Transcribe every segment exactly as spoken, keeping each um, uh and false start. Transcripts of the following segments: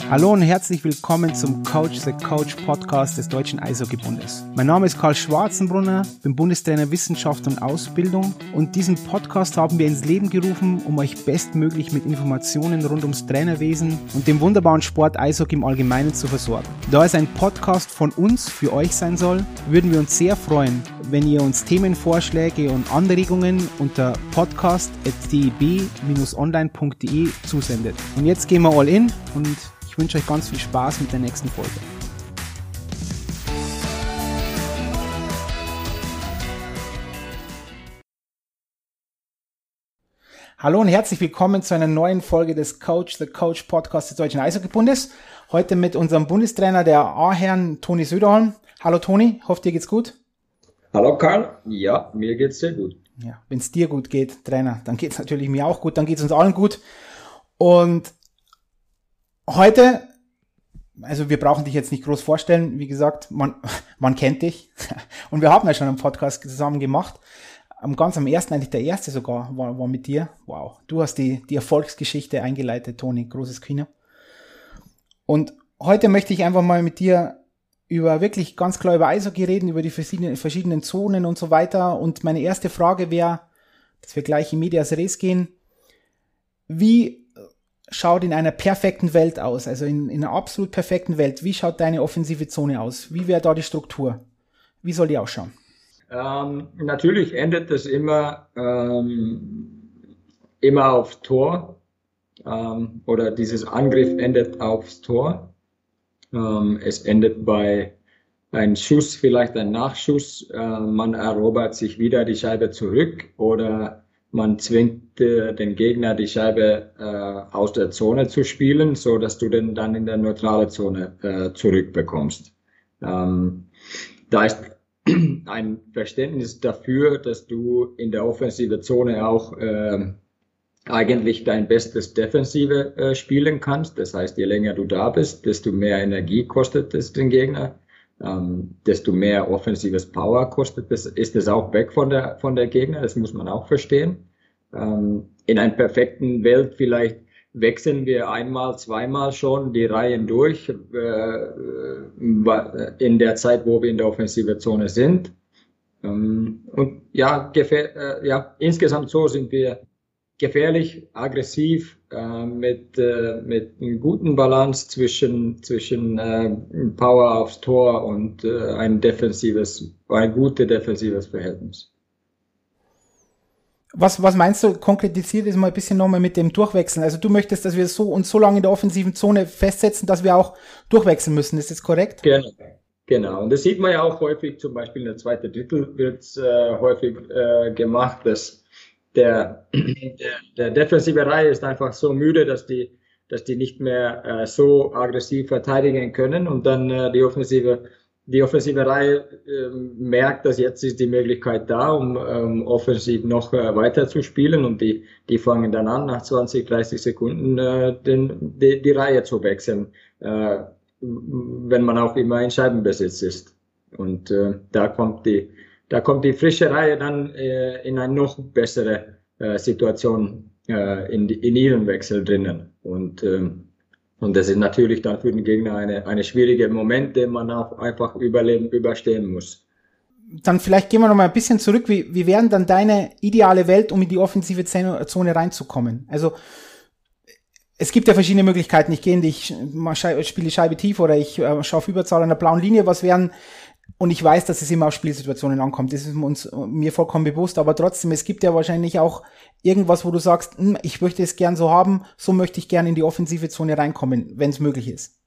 Hallo und herzlich willkommen zum Coach the Coach Podcast des Deutschen Eishockeybundes. Mein Name ist Karl Schwarzenbrunner, bin Bundestrainer Wissenschaft und Ausbildung und diesen Podcast haben wir ins Leben gerufen, um euch bestmöglich mit Informationen rund ums Trainerwesen und dem wunderbaren Sport Eishockey im Allgemeinen zu versorgen. Da es ein Podcast von uns für euch sein soll, würden wir uns sehr freuen, wenn ihr uns Themenvorschläge und Anregungen unter podcast at d e b dash online punkt d e zusendet. Und jetzt gehen wir all in und ich wünsche euch ganz viel Spaß mit der nächsten Folge. Hallo und herzlich willkommen zu einer neuen Folge des Coach the Coach Podcast des Deutschen Eishockeybundes. Heute mit unserem Bundestrainer der A-Herren, Toni Söderholm. Hallo Toni, hoffe dir geht's gut? Hallo Karl, ja, mir geht's sehr gut. Ja, wenn es dir gut geht, Trainer, dann geht's natürlich mir auch gut, dann geht's uns allen gut. Und heute, also wir brauchen dich jetzt nicht groß vorstellen, wie gesagt, man, man kennt dich und wir haben ja schon einen Podcast zusammen gemacht. Ganz am ersten, eigentlich der erste sogar, war, war mit dir. Wow, du hast die, die Erfolgsgeschichte eingeleitet, Toni, großes Kino. Und heute möchte ich einfach mal mit dir über wirklich ganz klar über Eishockey reden, über die verschiedenen, verschiedenen Zonen und so weiter. Und meine erste Frage wäre, dass wir gleich in medias res gehen, wie schaut in einer perfekten Welt aus, also in, in einer absolut perfekten Welt, wie schaut deine offensive Zone aus? Wie wäre da die Struktur? Wie soll die ausschauen? Ähm, natürlich endet das immer, ähm, immer auf Tor, ähm, oder dieses Angriff endet aufs Tor. Ähm, es endet bei einem Schuss, vielleicht ein Nachschuss, äh, man erobert sich wieder die Scheibe zurück oder man zwingt äh, den Gegner, die Scheibe äh, aus der Zone zu spielen, so dass du den dann in der neutralen Zone äh, zurückbekommst. Ähm, da ist ein Verständnis dafür, dass du in der offensiven Zone auch äh, eigentlich dein bestes Defensive äh, spielen kannst. Das heißt, je länger du da bist, desto mehr Energie kostet es den Gegner, ähm, desto mehr offensives Power kostet es, ist es auch weg von der von der Gegner. Das muss man auch verstehen. Ähm, in einer perfekten Welt vielleicht wechseln wir einmal, zweimal schon die Reihen durch äh, in der Zeit, wo wir in der offensiven Zone sind. Ähm, und ja, gefähr- äh, ja, insgesamt so sind wir gefährlich, aggressiv, äh, mit äh, mit einer guten Balance zwischen zwischen äh, Power aufs Tor und äh, ein defensives, ein gutes defensives Verhältnis. Was, was meinst du, konkretisiert es mal ein bisschen nochmal mit dem Durchwechseln? Also du möchtest, dass wir so und so lange in der offensiven Zone festsetzen, dass wir auch durchwechseln müssen. Ist das korrekt? Genau. Genau. Und das sieht man ja auch häufig, zum Beispiel in der zweiten Drittel wird äh, häufig äh, gemacht, dass der, der, der defensive Reihe ist einfach so müde, dass die, dass die nicht mehr äh, so aggressiv verteidigen können und dann äh, die offensive Die offensive Reihe äh, merkt, dass jetzt ist die Möglichkeit da, um ähm, offensiv noch äh, weiter zu spielen und die die fangen dann an, nach zwanzig, dreißig Sekunden äh, den, die, die Reihe zu wechseln, äh, wenn man auch immer in Scheibenbesitz ist. Und äh, da kommt die da kommt die frische Reihe dann äh, in eine noch bessere äh, Situation äh, in, die, in ihren Wechsel drinnen. Und ähm, Und das ist natürlich dann für den Gegner eine, eine schwierige Moment, den man auch einfach überleben, überstehen muss. Dann vielleicht gehen wir noch mal ein bisschen zurück. Wie, wie wäre dann deine ideale Welt, um in die offensive Zone reinzukommen? Also, es gibt ja verschiedene Möglichkeiten. Ich gehe in die, ich spiele die Scheibe tief oder ich äh, schaue auf Überzahl an der blauen Linie. Was wären, und ich weiß, dass es immer auf Spielsituationen ankommt. Das ist uns, mir vollkommen bewusst. Aber trotzdem, es gibt ja wahrscheinlich auch irgendwas, wo du sagst, ich möchte es gern so haben, so möchte ich gern in die offensive Zone reinkommen, wenn es möglich ist.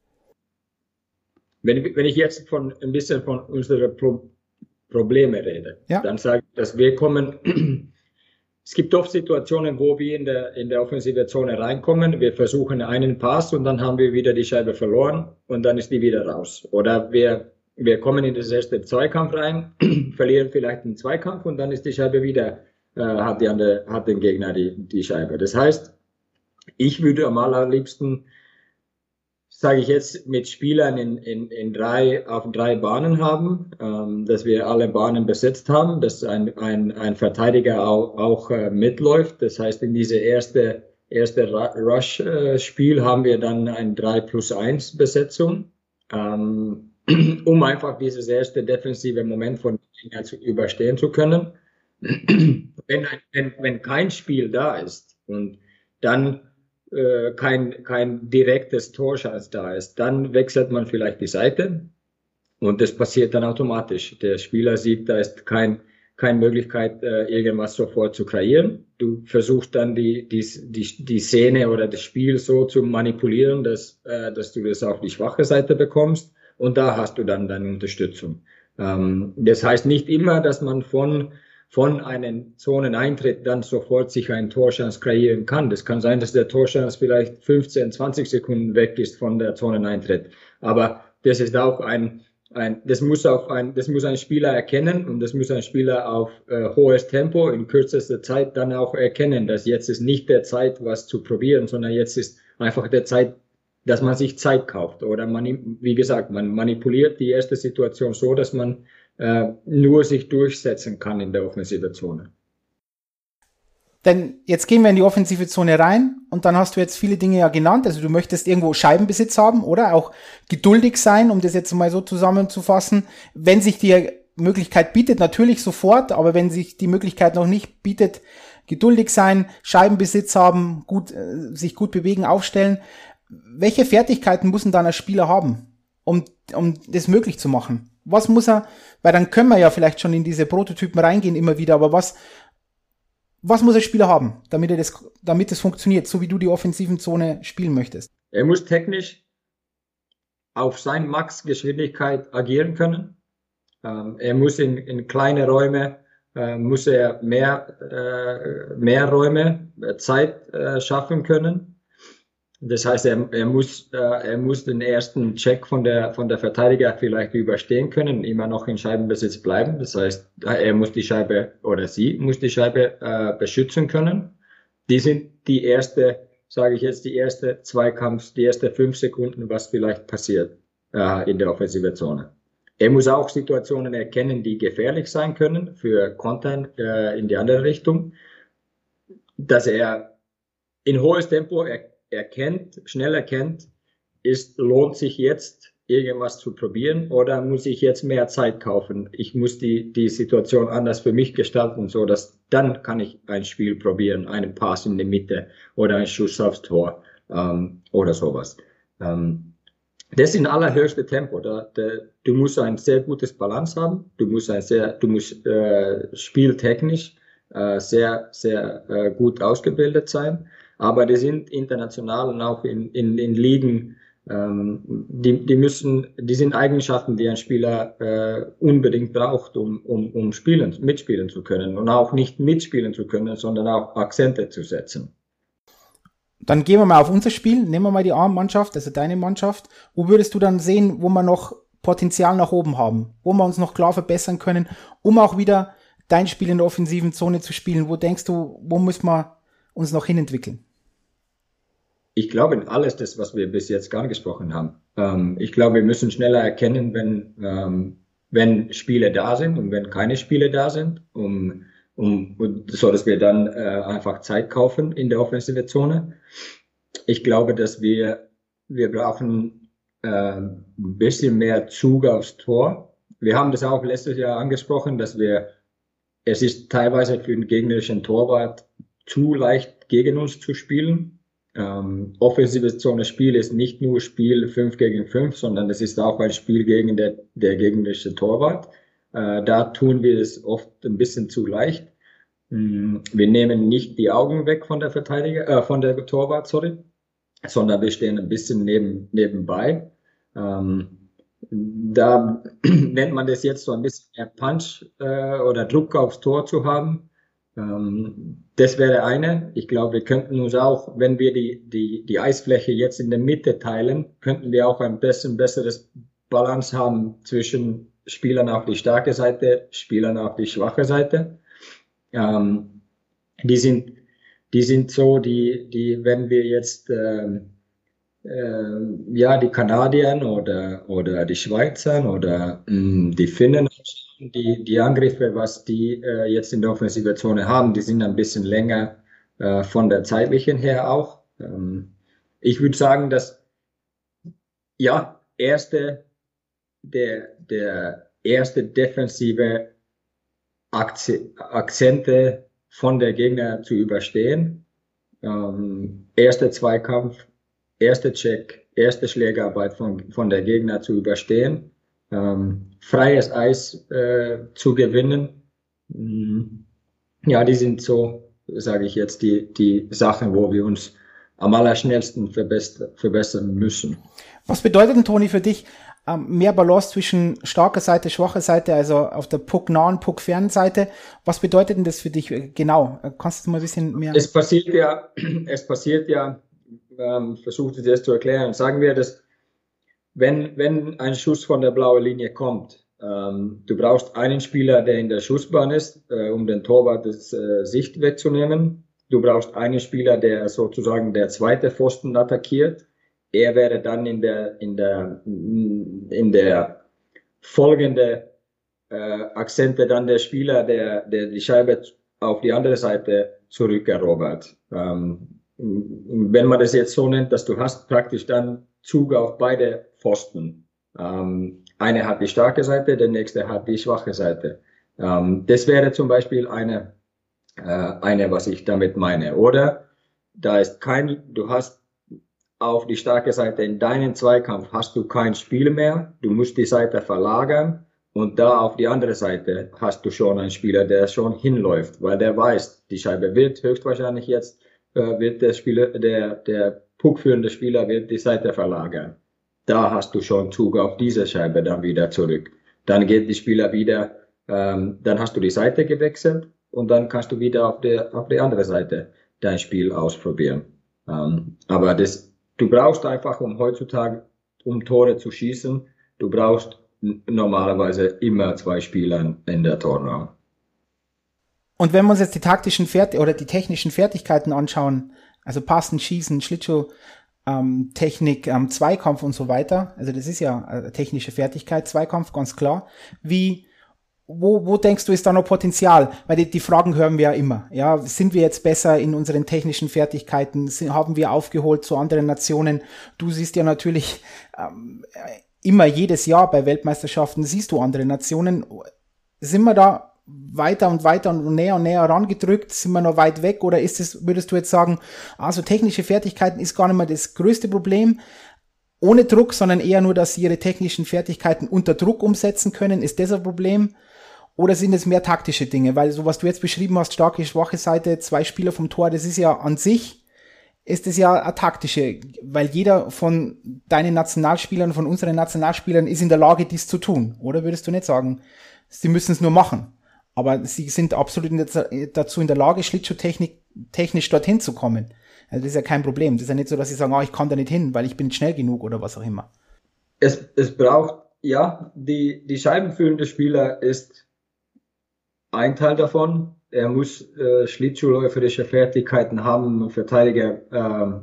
Wenn, wenn ich jetzt von ein bisschen von unseren Pro- Probleme rede, ja. Dann sage ich, dass wir kommen, es gibt oft Situationen, wo wir in der, in der offensive Zone reinkommen, wir versuchen einen Pass und dann haben wir wieder die Scheibe verloren und dann ist die wieder raus. Oder wir, wir kommen in das erste Zweikampf rein, verlieren vielleicht einen Zweikampf und dann ist die Scheibe wieder hat, die andere, hat den Gegner die, die Scheibe. Das heißt, ich würde am allerliebsten, sage ich jetzt, mit Spielern in, in, in drei, auf drei Bahnen haben, ähm, dass wir alle Bahnen besetzt haben, dass ein, ein, ein Verteidiger auch, auch äh, mitläuft. Das heißt, in diese erste erste Rush-Spiel haben wir dann ein drei plus eins Besetzung, ähm, um einfach dieses erste defensive Moment von Gegner zu überstehen zu können. wenn, wenn, wenn kein Spiel da ist und dann äh, kein, kein direktes Torschance da ist, dann wechselt man vielleicht die Seite und das passiert dann automatisch. Der Spieler sieht, da ist kein keine Möglichkeit, äh, irgendwas sofort zu kreieren. Du versuchst dann die, die, die, die Szene oder das Spiel so zu manipulieren, dass, äh, dass du das auf die schwache Seite bekommst und da hast du dann deine Unterstützung. Ähm, das heißt nicht immer, dass man von, von einem Zoneneintritt dann sofort sich einen Torchance kreieren kann. Das kann sein, dass der Torchance vielleicht fünfzehn, zwanzig Sekunden weg ist von der Zoneneintritt. Aber das ist auch ein Ein, das muss auch ein, das muss ein Spieler erkennen und das muss ein Spieler auf äh, hohes Tempo in kürzester Zeit dann auch erkennen, dass jetzt ist nicht der Zeit, was zu probieren, sondern jetzt ist einfach der Zeit, dass man sich Zeit kauft oder man, wie gesagt, man manipuliert die erste Situation so, dass man äh, nur sich durchsetzen kann in der offensiven Zone. Denn jetzt gehen wir in die offensive Zone rein und dann hast du jetzt viele Dinge ja genannt. Also du möchtest irgendwo Scheibenbesitz haben oder auch geduldig sein, um das jetzt mal so zusammenzufassen. Wenn sich die Möglichkeit bietet, natürlich sofort, aber wenn sich die Möglichkeit noch nicht bietet, geduldig sein, Scheibenbesitz haben, gut, äh, sich gut bewegen, aufstellen. Welche Fertigkeiten muss denn dann ein Spieler haben, um, um das möglich zu machen? Was muss er, weil dann können wir ja vielleicht schon in diese Prototypen reingehen immer wieder, aber was Was muss ein Spieler haben, damit er das, damit es funktioniert, so wie du die offensiven Zone spielen möchtest? Er muss technisch auf seine Max-Geschwindigkeit agieren können. Ähm, er muss in, in kleine Räume, äh, muss er mehr, äh, mehr Räume, äh, Zeit äh, schaffen können. Das heißt, er, er muss, äh, er muss den ersten Check von der, von der Verteidiger vielleicht überstehen können, immer noch in Scheibenbesitz bleiben. Das heißt, er muss die Scheibe oder sie muss die Scheibe äh, beschützen können. Die sind die erste, sage ich jetzt, die erste Zweikampf, die erste fünf Sekunden, was vielleicht passiert äh, in der offensiven Zone. Er muss auch Situationen erkennen, die gefährlich sein können für Konter äh, in die andere Richtung, dass er in hohes Tempo er, erkennt, schnell erkennt, ist, lohnt sich jetzt irgendwas zu probieren oder muss ich jetzt mehr Zeit kaufen? Ich muss die, die Situation anders für mich gestalten, so dass dann kann ich ein Spiel probieren, einen Pass in die Mitte oder einen Schuss aufs Tor, ähm, oder sowas. Ähm, das in allerhöchste Tempo. Da, da, du musst ein sehr gutes Balance haben. Du musst ein sehr, du musst, äh, spieltechnisch, äh, sehr, sehr, äh, gut ausgebildet sein. Aber die sind international und auch in, in, in Ligen, ähm, die, die müssen, die sind Eigenschaften, die ein Spieler äh, unbedingt braucht, um, um, um spielen, mitspielen zu können und auch nicht mitspielen zu können, sondern auch Akzente zu setzen. Dann gehen wir mal auf unser Spiel, nehmen wir mal die A-Mannschaft, also deine Mannschaft. Wo würdest du dann sehen, wo wir noch Potenzial nach oben haben, wo wir uns noch klar verbessern können, um auch wieder dein Spiel in der offensiven Zone zu spielen? Wo denkst du, wo müssen wir uns noch hinentwickeln? Ich glaube in alles das, was wir bis jetzt gar gesprochen haben. Ähm, ich glaube, wir müssen schneller erkennen, wenn, ähm, wenn Spiele da sind und wenn keine Spiele da sind, um, um, so dass wir dann äh, einfach Zeit kaufen in der offensiven Zone. Ich glaube, dass wir, wir brauchen äh, ein bisschen mehr Zug aufs Tor. Wir haben das auch letztes Jahr angesprochen, dass wir, es ist teilweise für den gegnerischen Torwart zu leicht gegen uns zu spielen. Ähm, offensive Zone Spiel ist nicht nur Spiel fünf gegen fünf, sondern es ist auch ein Spiel gegen der, der gegnerische Torwart. Äh, da tun wir es oft ein bisschen zu leicht. Ähm, wir nehmen nicht die Augen weg von der Verteidiger, äh, von der Torwart, sorry, sondern wir stehen ein bisschen neben, nebenbei. Ähm, da nennt man das jetzt so ein bisschen mehr Punch äh, oder Druck aufs Tor zu haben. Das wäre eine. Ich glaube, wir könnten uns auch, wenn wir die, die, die Eisfläche jetzt in der Mitte teilen, könnten wir auch ein bisschen besseres Balance haben zwischen Spielern auf die starke Seite, Spielern auf die schwache Seite. Ähm, die sind, die sind so, die, die, wenn wir jetzt, ähm, äh, ja, die Kanadier oder, oder die Schweizer oder mh, die Finnen, die, die Angriffe, was die äh, jetzt in der offensiven Zone haben, die sind ein bisschen länger, äh, von der zeitlichen her auch. Ähm, ich würde sagen, dass ja, erste, der, der erste defensive Akzente von der Gegner zu überstehen. Ähm, erste Zweikampf, erste Check, erste Schlägerarbeit von, von der Gegner zu überstehen. Ähm, freies Eis äh, zu gewinnen. Ja, die sind so, sage ich jetzt, die, die Sachen, wo wir uns am allerschnellsten verbessern, verbessern müssen. Was bedeutet denn, Toni, für dich ähm, mehr Balance zwischen starker Seite, schwacher Seite, also auf der pucknahen, puckfernen Seite? Was bedeutet denn das für dich genau? Kannst du mal ein bisschen mehr? Es passiert ja, es passiert ja, ähm, versuche das zu erklären. Sagen wir, dass wenn, wenn ein Schuss von der blauen Linie kommt, ähm, du brauchst einen Spieler, der in der Schussbahn ist, äh, um den Torwart das äh, Sicht wegzunehmen. Du brauchst einen Spieler, der sozusagen der zweite Pfosten attackiert. Er wäre dann in der, in der, in der folgende äh, Akzente dann der Spieler, der, der die Scheibe auf die andere Seite zurückerobert. Ähm, wenn man das jetzt so nennt, dass du hast praktisch dann Zug auf beide Pfosten. Ähm, eine hat die starke Seite, der nächste hat die schwache Seite. Ähm, das wäre zum Beispiel eine, äh, eine, was ich damit meine. Oder da ist kein, du hast auf die starke Seite in deinem Zweikampf hast du kein Spiel mehr. Du musst die Seite verlagern. Und da auf die andere Seite hast du schon einen Spieler, der schon hinläuft, weil der weiß, die Scheibe wird höchstwahrscheinlich jetzt, äh, wird der Spieler, der, der puckführende Spieler wird die Seite verlagern. Da hast du schon Zug auf diese Scheibe dann wieder zurück. Dann geht die Spieler wieder, ähm, dann hast du die Seite gewechselt und dann kannst du wieder auf der, auf die andere Seite dein Spiel ausprobieren. Ähm, aber das, du brauchst einfach, um heutzutage, um Tore zu schießen, du brauchst normalerweise immer zwei Spieler in der Torraum. Und wenn wir uns jetzt die taktischen Fert- oder die technischen Fertigkeiten anschauen, also Passen, Schießen, Schlittschuh, ähm, Technik, ähm, Zweikampf und so weiter, also das ist ja äh, technische Fertigkeit, Zweikampf, ganz klar. Wie, wo, wo denkst du, ist da noch Potenzial? Weil die, die Fragen hören wir ja immer. Ja, sind wir jetzt besser in unseren technischen Fertigkeiten? Sind, haben wir aufgeholt zu anderen Nationen? Du siehst ja natürlich ähm, immer jedes Jahr bei Weltmeisterschaften siehst du andere Nationen. Sind wir da weiter und weiter und näher und näher rangedrückt? Sind wir noch weit weg? Oder ist es, würdest du jetzt sagen, also technische Fertigkeiten ist gar nicht mehr das größte Problem, ohne Druck, sondern eher nur, dass sie ihre technischen Fertigkeiten unter Druck umsetzen können? Ist das ein Problem? Oder sind es mehr taktische Dinge? Weil so, was du jetzt beschrieben hast, starke, schwache Seite, zwei Spieler vom Tor, das ist ja an sich ist es ja eine taktische, weil jeder von deinen Nationalspielern, von unseren Nationalspielern ist in der Lage, dies zu tun. Oder würdest du nicht sagen, sie müssen es nur machen? Aber sie sind absolut dazu in der Lage, Schlittschuhtechnik technisch dorthin zu kommen. Also das ist ja kein Problem. Das ist ja nicht so, dass sie sagen, oh, ich kann da nicht hin, weil ich bin nicht schnell genug oder was auch immer. Es, es braucht, ja, die, die scheibenführende Spieler ist ein Teil davon. Er muss äh, schlittschuhläuferische Fertigkeiten haben, um Verteidiger ähm,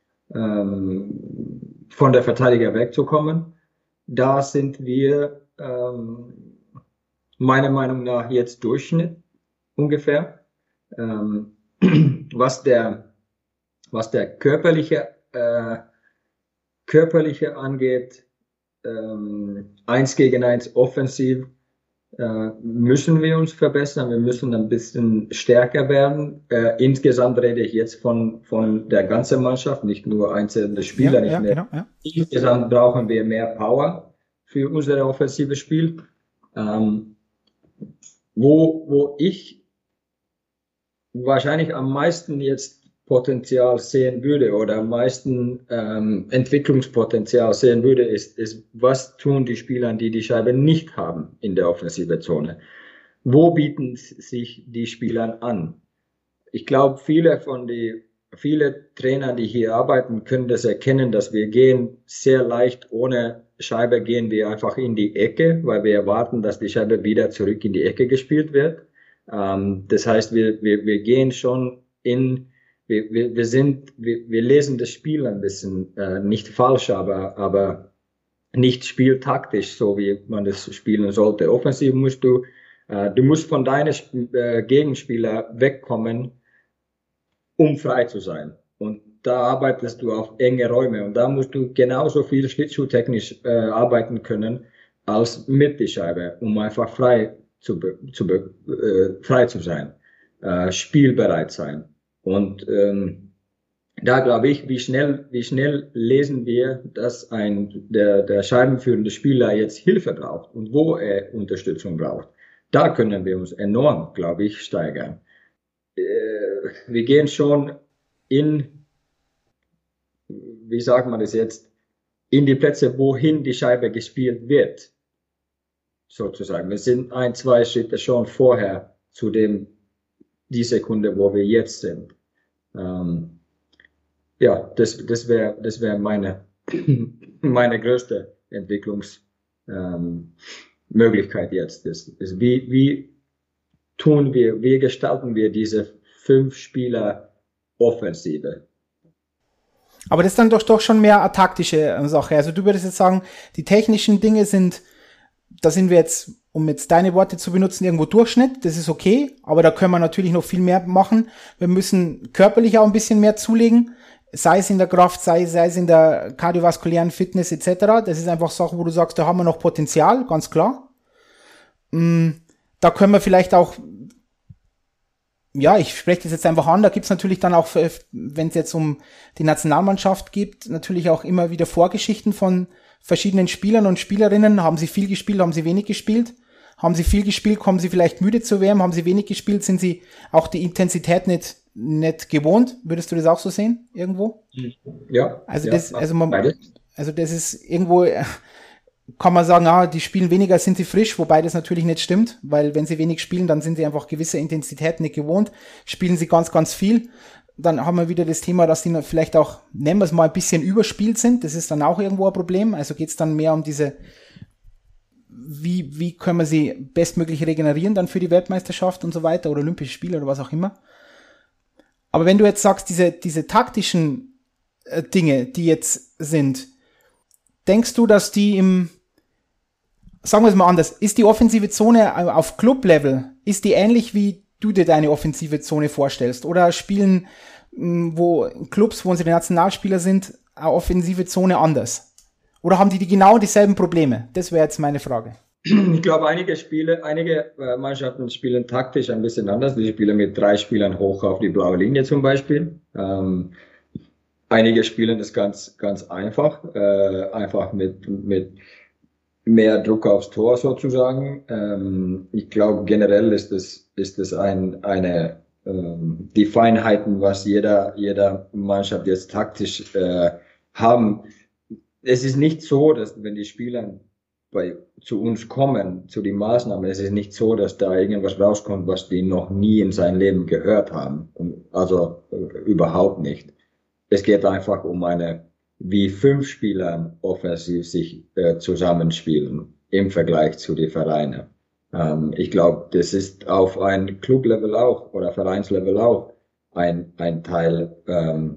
ähm, von der Verteidiger wegzukommen. Da sind wir ähm, meiner Meinung nach jetzt Durchschnitt ungefähr. Ähm, was der was der körperliche äh, körperliche angeht, ähm, eins gegen eins offensiv, äh, müssen wir uns verbessern. Wir müssen ein bisschen stärker werden. Äh, insgesamt rede ich jetzt von, von der ganzen Mannschaft, nicht nur einzelne Spieler. Ja, nicht ja, mehr. Genau, ja. Insgesamt brauchen wir mehr Power für unser offensives Spiel. Ähm, wo, wo ich wahrscheinlich am meisten jetzt Potenzial sehen würde oder am meisten ähm, Entwicklungspotenzial sehen würde, ist, ist, was tun die Spieler, die die Scheibe nicht haben in der offensiven Zone? Wo bieten sich die Spieler an? Ich glaube, viele von die, viele Trainer, die hier arbeiten, können das erkennen, dass wir gehen sehr leicht ohne Scheibe gehen wir einfach in die Ecke, weil wir erwarten, dass die Scheibe wieder zurück in die Ecke gespielt wird. Ähm, das heißt, wir, wir, wir gehen schon in Wir, wir, wir sind, wir, wir lesen das Spiel ein bisschen äh, nicht falsch, aber, aber nicht spieltaktisch, so wie man das spielen sollte. Offensiv musst du, äh, du musst von deinen äh, Gegenspieler wegkommen, um frei zu sein. Und da arbeitest du auf enge Räume und da musst du genauso viel schlittschuhtechnisch äh, arbeiten können als mit die Scheibe, um einfach frei zu, zu äh, frei zu sein, äh, spielbereit sein. Und ähm, da glaube ich, wie schnell, wie schnell lesen wir, dass ein der, der scheibenführende Spieler jetzt Hilfe braucht und wo er Unterstützung braucht. Da können wir uns enorm, glaube ich, steigern. Äh, wir gehen schon in, wie sagt man das jetzt, in die Plätze, wohin die Scheibe gespielt wird, sozusagen. Wir sind ein, zwei Schritte schon vorher zu dem, die Sekunde, wo wir jetzt sind. Ähm, ja, das, das wäre, das wäre meine, meine größte Entwicklungsmöglichkeit ähm, jetzt. Das ist, wie, wie tun wir, wie gestalten wir diese fünf Spieler Offensive? Aber das ist dann doch, doch schon mehr eine taktische Sache. Also du würdest jetzt sagen, die technischen Dinge sind, da sind wir jetzt, um jetzt deine Worte zu benutzen, irgendwo Durchschnitt. Das ist okay, aber da können wir natürlich noch viel mehr machen. Wir müssen körperlich auch ein bisschen mehr zulegen, sei es in der Kraft, sei, sei es in der kardiovaskulären Fitness et cetera. Das ist einfach Sachen, wo du sagst, da haben wir noch Potenzial, ganz klar. Da können wir vielleicht auch, ja, ich spreche das jetzt einfach an, da gibt's natürlich dann auch, wenn es jetzt um die Nationalmannschaft geht, natürlich auch immer wieder Vorgeschichten von verschiedenen Spielern und Spielerinnen. Haben sie viel gespielt, haben sie wenig gespielt? Haben sie viel gespielt, kommen sie vielleicht müde zu werden? Haben sie wenig gespielt, sind sie auch die Intensität nicht nicht gewohnt? Würdest du das auch so sehen, irgendwo? Ja. Also ja, das, also man, also das ist irgendwo, kann man sagen, ah, die spielen weniger, sind sie frisch, wobei das natürlich nicht stimmt, weil wenn sie wenig spielen, dann sind sie einfach gewisse Intensitäten nicht gewohnt. Spielen sie ganz, ganz viel, dann haben wir wieder das Thema, dass die vielleicht auch, nennen wir es mal, ein bisschen überspielt sind. Das ist dann auch irgendwo ein Problem. Also geht es dann mehr um diese, wie, wie können wir sie bestmöglich regenerieren dann für die Weltmeisterschaft und so weiter oder Olympische Spiele oder was auch immer. Aber wenn du jetzt sagst, diese, diese taktischen äh, Dinge, die jetzt sind, denkst du, dass die im, sagen wir es mal anders, ist die offensive Zone auf Club-Level, ist die ähnlich wie du dir deine offensive Zone vorstellst? Oder spielen mh, wo Clubs, wo unsere Nationalspieler sind, eine offensive Zone anders? Oder haben die, die genau dieselben Probleme? Das wäre jetzt meine Frage. Ich glaube, einige Spiele, einige Mannschaften spielen taktisch ein bisschen anders. Die spielen mit drei Spielern hoch auf die blaue Linie zum Beispiel. Ähm, einige spielen das ganz, ganz einfach, äh, einfach mit, mit mehr Druck aufs Tor sozusagen. Ähm, ich glaube, generell ist es, ist es ein, eine, ähm, die Feinheiten, was jeder, jeder Mannschaft jetzt taktisch äh, haben. Es ist nicht so, dass wenn die Spieler bei, zu uns kommen, zu den Maßnahmen, es ist nicht so, dass da irgendwas rauskommt, was die noch nie in seinem Leben gehört haben. Also äh, überhaupt nicht. Es geht einfach um eine, wie fünf Spieler offensiv sich äh, zusammenspielen im Vergleich zu den Vereinen. Ähm, ich glaube, das ist auf ein Clublevel auch oder Vereinslevel auch ein, ein Teil. Ähm,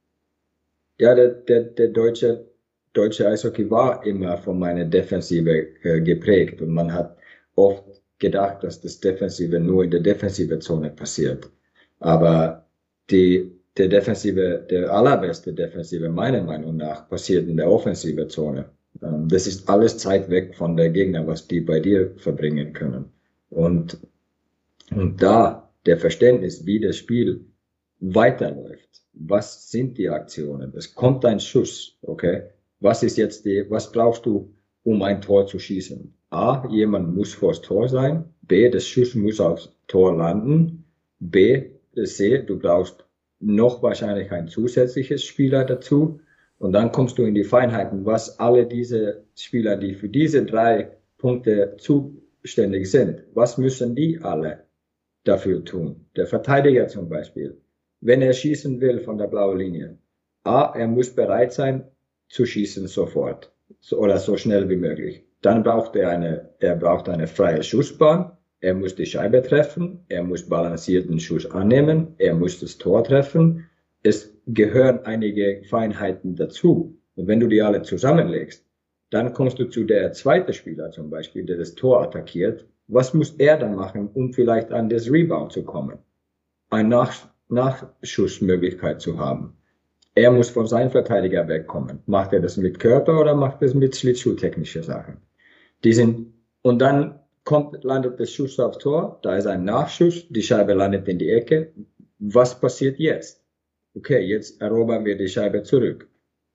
ja, der, der, der deutsche Deutsche Eishockey war immer von meiner Defensive äh, geprägt und man hat oft gedacht, dass das Defensive nur in der defensive Zone passiert. Aber die, der Defensive, der allerbeste Defensive meiner Meinung nach passiert in der offensive Zone. Ähm, das ist alles Zeit weg von der Gegner, was die bei dir verbringen können. Und, und da der Verständnis, wie das Spiel weiterläuft. Was sind die Aktionen? Es kommt ein Schuss, okay? Was ist jetzt die, was brauchst du, um ein Tor zu schießen? A, jemand muss vors Tor sein. B, das Schuss muss aufs Tor landen. B, C, du brauchst noch wahrscheinlich ein zusätzliches Spieler dazu. Und dann kommst du in die Feinheiten, was alle diese Spieler, die für diese drei Punkte zuständig sind, was müssen die alle dafür tun? Der Verteidiger zum Beispiel, wenn er schießen will von der blauen Linie. A, er muss bereit sein, zu schießen sofort so, oder so schnell wie möglich. Dann braucht er eine, er braucht eine freie Schussbahn. Er muss die Scheibe treffen. Er muss balancierten Schuss annehmen. Er muss das Tor treffen. Es gehören einige Feinheiten dazu. Und wenn du die alle zusammenlegst, dann kommst du zu der zweite Spieler zum Beispiel, der das Tor attackiert. Was muss er dann machen, um vielleicht an das Rebound zu kommen? Ein Nach Nachschussmöglichkeit zu haben. Er muss von seinem Verteidiger wegkommen. Macht er das mit Körper oder macht er das mit schlittschuhtechnischen Sachen? Die sind, und dann kommt, landet der Schuss aufs Tor, da ist ein Nachschuss, die Scheibe landet in die Ecke. Was passiert jetzt? Okay, jetzt erobern wir die Scheibe zurück.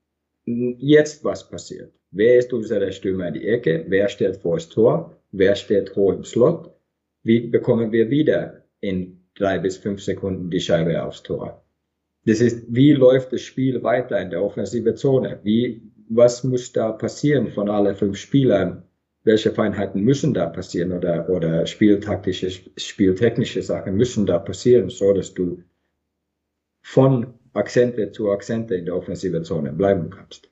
Jetzt was passiert? Wer ist unser Stürmer in die Ecke? Wer steht vor das Tor? Wer steht hoch im Slot? Wie bekommen wir wieder in drei bis fünf Sekunden die Scheibe aufs Tor? Das ist, wie läuft das Spiel weiter in der offensiven Zone? Wie, was muss da passieren von allen fünf Spielern? Welche Feinheiten müssen da passieren oder, oder spieltaktische, spieltechnische Sachen müssen da passieren, so dass du von Akzente zu Akzente in der offensiven Zone bleiben kannst.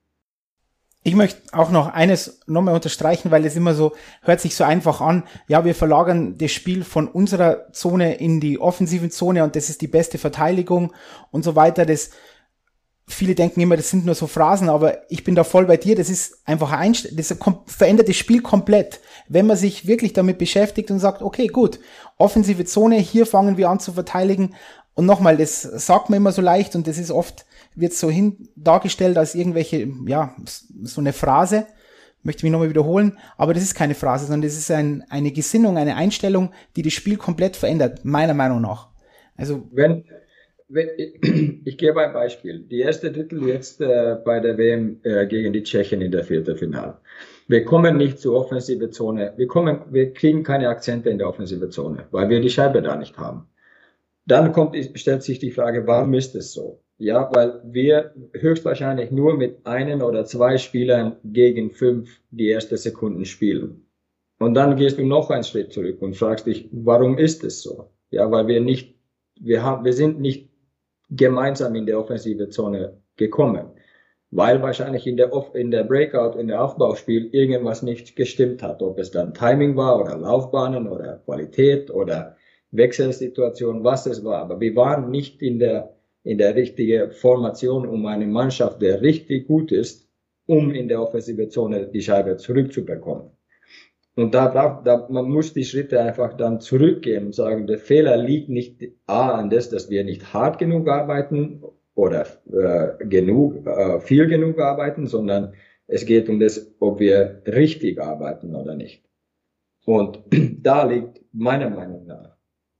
Ich möchte auch noch eines nochmal unterstreichen, weil es immer so, hört sich so einfach an. Ja, wir verlagern das Spiel von unserer Zone in die offensiven Zone und das ist die beste Verteidigung und so weiter. Das, viele denken immer, das sind nur so Phrasen, aber ich bin da voll bei dir. Das ist einfach ein, das verändert das Spiel komplett. Wenn man sich wirklich damit beschäftigt und sagt, okay, gut, offensive Zone, hier fangen wir an zu verteidigen. Und nochmal, das sagt man immer so leicht und das ist oft, wird so hin dargestellt als irgendwelche, ja, so eine Phrase, möchte mich nochmal wiederholen, aber das ist keine Phrase, sondern das ist ein, eine Gesinnung, eine Einstellung, die das Spiel komplett verändert, meiner Meinung nach. Also wenn, wenn ich, ich gebe ein Beispiel. Die erste Titel jetzt äh, bei der W M äh, gegen die Tschechen in der vierten Finale. Wir kommen nicht zur offensiven Zone, wir kommen, wir kriegen keine Akzente in der offensiven Zone, weil wir die Scheibe da nicht haben. Dann kommt, stellt sich die Frage, warum ist es so? Ja, weil wir höchstwahrscheinlich nur mit einem oder zwei Spielern gegen fünf die ersten Sekunden spielen. Und dann gehst du noch einen Schritt zurück und fragst dich, warum ist es so? Ja, weil wir nicht, wir haben, wir sind nicht gemeinsam in der offensive Zone gekommen. Weil wahrscheinlich in der, Off, in der Breakout, in der Aufbauspiel irgendwas nicht gestimmt hat. Ob es dann Timing war oder Laufbahnen oder Qualität oder Wechselsituation, was es war. Aber wir waren nicht in der, in der richtigen Formation, um eine Mannschaft, der richtig gut ist, um in der offensive Zone die Scheibe zurückzubekommen. Und da braucht, da, man muss die Schritte einfach dann zurückgehen und sagen, der Fehler liegt nicht A an das, dass wir nicht hart genug arbeiten oder äh, genug, äh, viel genug arbeiten, sondern es geht um das, ob wir richtig arbeiten oder nicht. Und da liegt meiner Meinung nach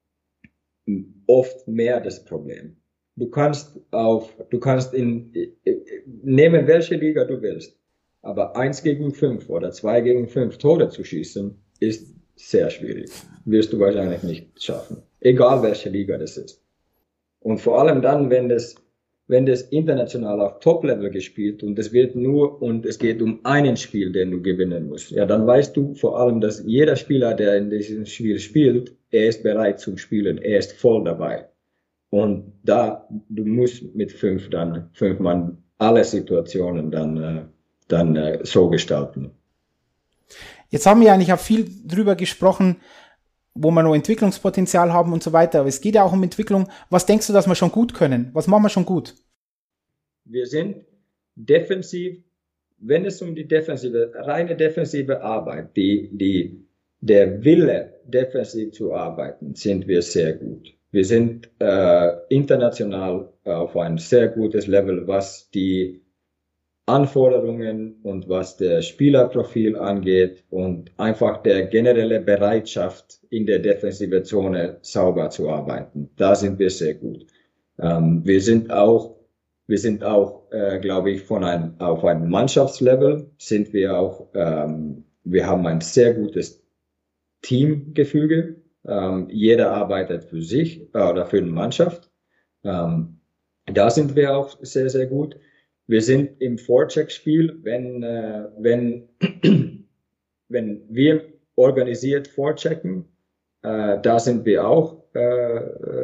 oft mehr das Problem. Du kannst auf, du kannst in, nehmen welche Liga du willst, aber eins gegen fünf oder zwei gegen fünf Tore zu schießen, ist sehr schwierig. Wirst du wahrscheinlich nicht schaffen. Egal welche Liga das ist. Und vor allem dann, wenn das, wenn das international auf Top-Level gespielt und es wird nur, und es geht um einen Spiel, den du gewinnen musst, ja, dann weißt du vor allem, dass jeder Spieler, der in diesem Spiel spielt, er ist bereit zum Spielen, er ist voll dabei. Und da, du musst mit fünf dann, fünf Mann alle Situationen dann, äh, dann äh, so gestalten. Jetzt haben wir eigentlich auch viel drüber gesprochen, wo wir noch Entwicklungspotenzial haben und so weiter. Aber es geht ja auch um Entwicklung. Was denkst du, dass wir schon gut können? Was machen wir schon gut? Wir sind defensiv, wenn es um die defensive, reine defensive Arbeit, die, die, der Wille, defensiv zu arbeiten, sind wir sehr gut. Wir sind äh, international auf ein sehr gutes Level, was die Anforderungen und was der Spielerprofil angeht und einfach der generelle Bereitschaft in der defensiven Zone sauber zu arbeiten. Da sind wir sehr gut. Ähm, wir sind auch, wir sind auch, äh, glaube ich, von einem, auf einem Mannschaftslevel sind wir auch, ähm, wir haben ein sehr gutes Teamgefüge. Ähm, jeder arbeitet für sich äh, oder für eine Mannschaft. Ähm, da sind wir auch sehr, sehr gut. Wir sind im Vorcheck-Spiel, wenn, äh, wenn, wenn wir organisiert vorchecken, äh, da sind wir auch, äh,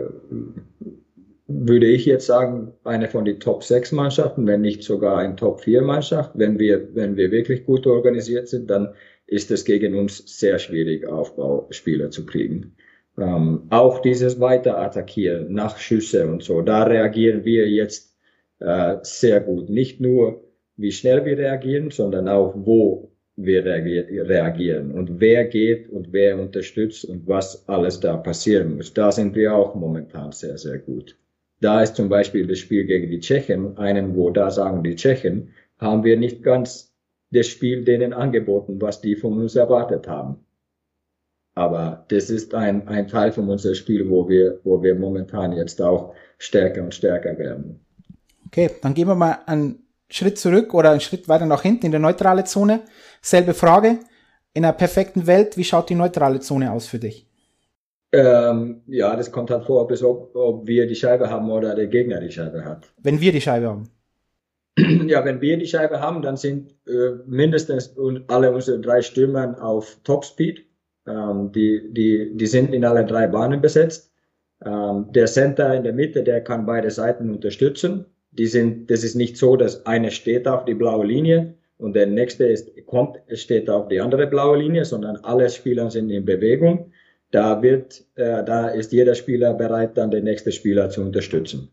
würde ich jetzt sagen, eine von den Top sechs Mannschaften, wenn nicht sogar ein Top vier Mannschaft. Wenn wir, wenn wir wirklich gut organisiert sind, dann ist es gegen uns sehr schwierig, Aufbauspieler zu kriegen. Ähm, auch dieses Weiter-Attackieren nach Schüsse und so, da reagieren wir jetzt Äh, sehr gut. Nicht nur, wie schnell wir reagieren, sondern auch, wo wir reagieren und wer geht und wer unterstützt und was alles da passieren muss. Da sind wir auch momentan sehr, sehr gut. Da ist zum Beispiel das Spiel gegen die Tschechen, einen, wo da sagen die Tschechen, haben wir nicht ganz das Spiel denen angeboten, was die von uns erwartet haben. Aber das ist ein, ein Teil von unserem Spiel, wo wir, wo wir momentan jetzt auch stärker und stärker werden. Okay, dann gehen wir mal einen Schritt zurück oder einen Schritt weiter nach hinten in der neutrale Zone. Selbe Frage. In einer perfekten Welt, wie schaut die neutrale Zone aus für dich? Ähm, ja, das kommt halt vor, ob, es, ob, ob wir die Scheibe haben oder der Gegner die Scheibe hat. Wenn wir die Scheibe haben. Ja, wenn wir die Scheibe haben, dann sind äh, mindestens alle unsere drei Stürmer auf Topspeed. Ähm, die, die, die sind in alle drei Bahnen besetzt. Ähm, der Center in der Mitte, der kann beide Seiten unterstützen. Die sind, das ist nicht so, dass eine steht auf die blaue Linie und der nächste ist, kommt, steht auf die andere blaue Linie, sondern alle Spieler sind in Bewegung. Da wird, äh, da ist jeder Spieler bereit, dann den nächsten Spieler zu unterstützen.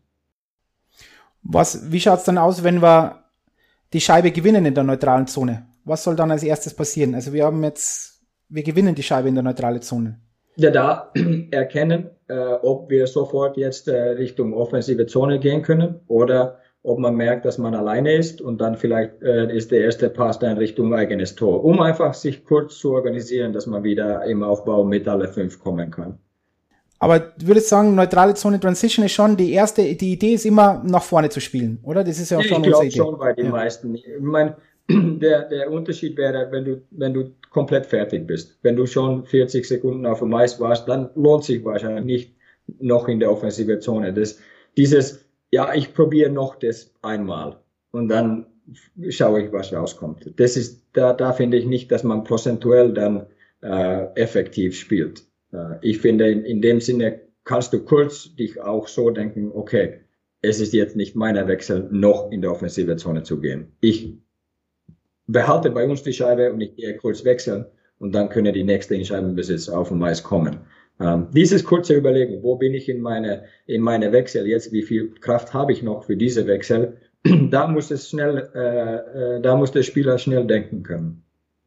Was, wie schaut's dann aus, wenn wir die Scheibe gewinnen in der neutralen Zone? Was soll dann als erstes passieren? Also wir haben jetzt, wir gewinnen die Scheibe in der neutralen Zone. Ja, da erkennen, äh, ob wir sofort jetzt äh, Richtung offensive Zone gehen können oder ob man merkt, dass man alleine ist und dann vielleicht äh, ist der erste Pass dann Richtung eigenes Tor, um einfach sich kurz zu organisieren, dass man wieder im Aufbau mit alle fünf kommen kann. Aber du würdest sagen, neutrale Zone Transition ist schon die erste, die Idee ist immer nach vorne zu spielen, oder? Das ist ja auch schon unsere Idee. Ich glaube schon bei den ja. meisten. Ich meine, der, der Unterschied wäre, wenn du, wenn du komplett fertig bist. Wenn du schon vierzig Sekunden auf dem Eis warst, dann lohnt sich wahrscheinlich nicht noch in der offensive Zone. Das, dieses, ja, ich probiere noch das einmal und dann schaue ich, was rauskommt. Das ist, da, da finde ich nicht, dass man prozentuell dann äh, effektiv spielt. Äh, ich finde, in, in dem Sinne kannst du kurz dich auch so denken, okay, es ist jetzt nicht meiner Wechsel, noch in der offensive Zone zu gehen. Ich behalte bei uns die Scheibe und ich gehe kurz wechseln und dann können die nächsten in Scheibenbesitz auf dem Eis kommen. Ähm, dieses kurze Überlegen, wo bin ich in meine, in meine Wechsel jetzt, wie viel Kraft habe ich noch für diese Wechsel, da muss es schnell, äh, äh, da muss der Spieler schnell denken können.